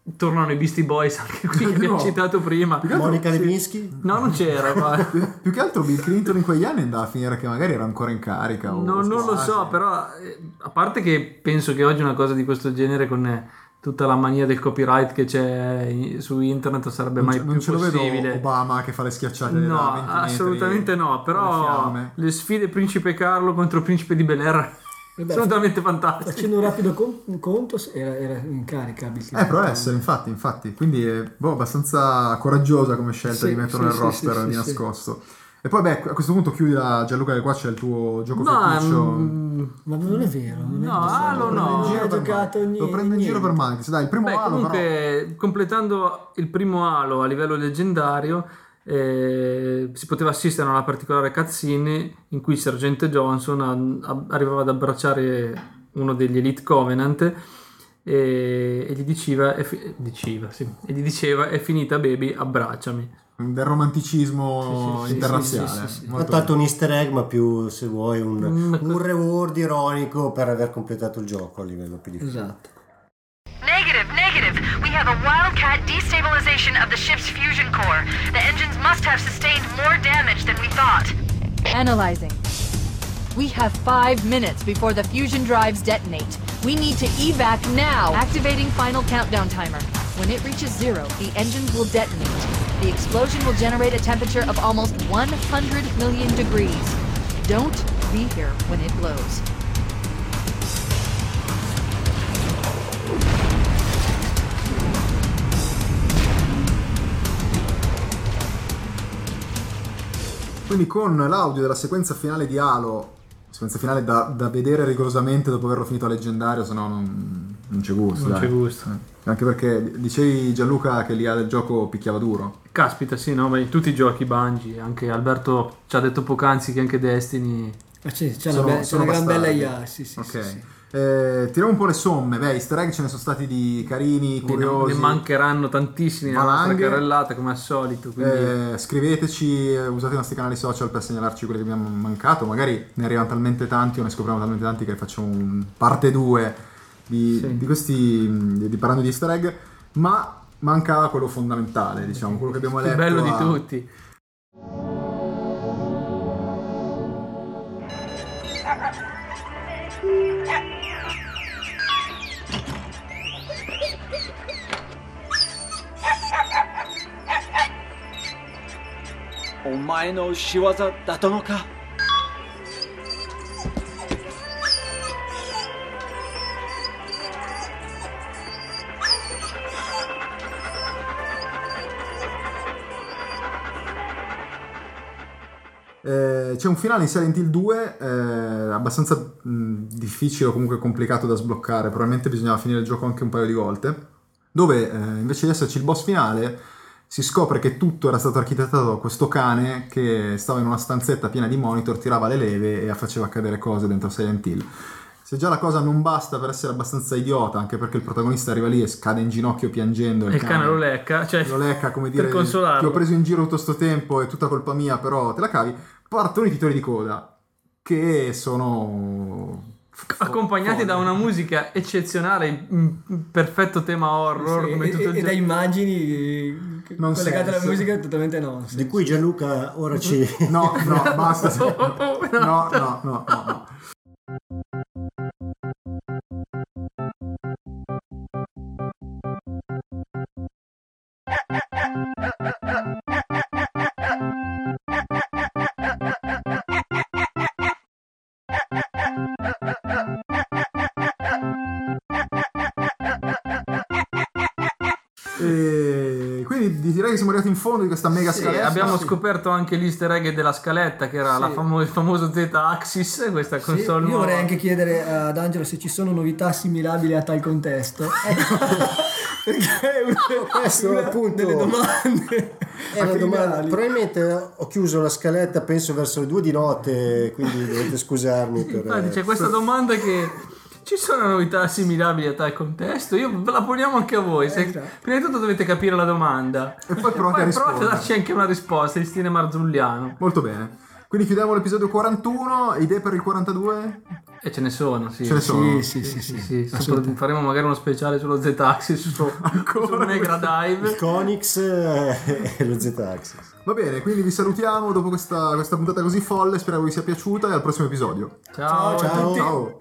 tornano i Beastie Boys anche qui, che abbiamo citato prima. Monica Lewinsky? No, non c'era. Ma... più che altro Bill Clinton in quegli anni andava a finire che magari era ancora in carica. Non lo so, però a parte che penso che oggi una cosa di questo genere, con tutta la mania del copyright che c'è su internet, sarebbe mai più possibile. Non ce lo vedo Obama che fa le schiacciate no, da 20 assolutamente no, però le sfide Principe Carlo contro Principe di Bel-Air sono talmente fantastiche. Facendo un rapido conto era in carica. Può essere, infatti. Quindi è abbastanza coraggiosa come scelta di metterlo nel roster di nascosto. E poi a questo punto chiudi Gianluca, che qua c'è il tuo gioco feticcio. Ma non è vero. Halo no. Lo prendo in giro per Max. Dai, il primo Halo comunque, però... completando il primo Halo a livello leggendario, si poteva assistere a una particolare cutscene in cui Sergente Johnson arrivava ad abbracciare uno degli Elite Covenant e gli diceva è finita baby, abbracciami. Del romanticismo interrazziale. Ha fatto un easter egg, ma più, se vuoi, un reward ironico per aver completato il gioco a livello più difficile. Esatto. Negative. We have a Wildcat destabilization of the ship's fusion core. The engines must have sustained more damage than we thought. Analyzing. We have 5 minutes before the fusion drives detonate. We need to evac now. Activating final countdown timer. When it reaches 0, the engines will detonate. The explosion will generate a temperature of almost 100 million degrees. Don't be here when it blows. Quindi con l'audio della sequenza finale di Halo, sequenza finale da vedere rigorosamente dopo averlo finito a leggendario, se no non c'è gusto. Non c'è gusto. Anche perché dicevi, Gianluca, che l'IA del gioco picchiava duro. Caspita, sì, no, ma in tutti i giochi Bungie, anche Alberto ci ha detto poc'anzi che anche Destiny... c'è una gran bella IA, sì. Ok. Tiriamo un po' le somme, easter egg ce ne sono stati di carini, curiosi. Ne mancheranno tantissimi nella nostra carrellata, come al solito. Quindi... scriveteci, usate i nostri canali social per segnalarci quelli che abbiamo mancato. Magari ne arrivano talmente tanti o ne scopriamo talmente tanti che facciamo un parte 2 di questi, parlando di easter egg. Ma manca quello fondamentale, diciamo, quello che abbiamo letto. Il bello di tutti. Omae no shiwaza datta no ka? C'è un finale in Silent Hill 2 abbastanza difficile o comunque complicato da sbloccare, probabilmente bisognava finire il gioco anche un paio di volte, dove invece di esserci il boss finale si scopre che tutto era stato architettato da questo cane che stava in una stanzetta piena di monitor, tirava le leve e faceva accadere cose dentro Silent Hill. Se già la cosa non basta per essere abbastanza idiota, anche perché il protagonista arriva lì e cade in ginocchio piangendo e il cane lo lecca, come dire, per consolarlo. Ti ho preso in giro tutto sto tempo, è tutta colpa mia, però te la cavi. Partono i titoli di coda che sono accompagnati da una musica eccezionale, perfetto tema horror, come tutto il e da immagini collegate alla musica totalmente nonsense. Di cui Gianluca ora ci... no, basta. No. Quindi direi che siamo arrivati in fondo di questa mega scaletta. Abbiamo scoperto anche l'easter egg della scaletta, che era il famoso Z-Axis, questa console io vorrei anche chiedere ad Angelo se ci sono novità assimilabili a tal contesto. Perché questo appunto delle domande. Probabilmente ho chiuso la scaletta penso verso le 2 di notte, quindi dovete scusarmi per... Infatti c'è questa domanda che... Ci sono novità assimilabili a tal contesto? Io ve la poniamo anche a voi. Prima di tutto dovete capire la domanda e poi provate a darci anche una risposta in stile marzulliano. Molto bene. Quindi chiudiamo l'episodio 41. Idee per il 42? E ce ne sono, sì. Ce ne sono? Sì. Faremo magari uno speciale sullo Z-Axis, sul Mega Drive. Il Konix e lo Z-Axis. Va bene, quindi vi salutiamo dopo questa puntata così folle, speriamo vi sia piaciuta e al prossimo episodio. Ciao a tutti. Ciao.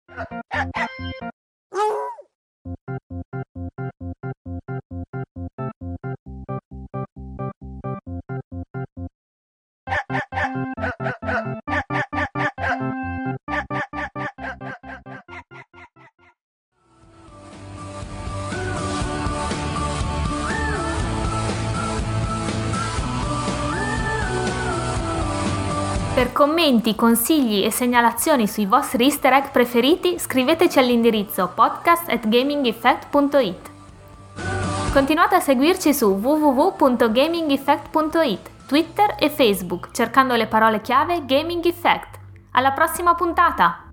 Per commenti, consigli e segnalazioni sui vostri easter egg preferiti, scriveteci all'indirizzo podcast@gamingeffect.it. Continuate a seguirci su www.gamingeffect.it, Twitter e Facebook, cercando le parole chiave Gaming Effect. Alla prossima puntata!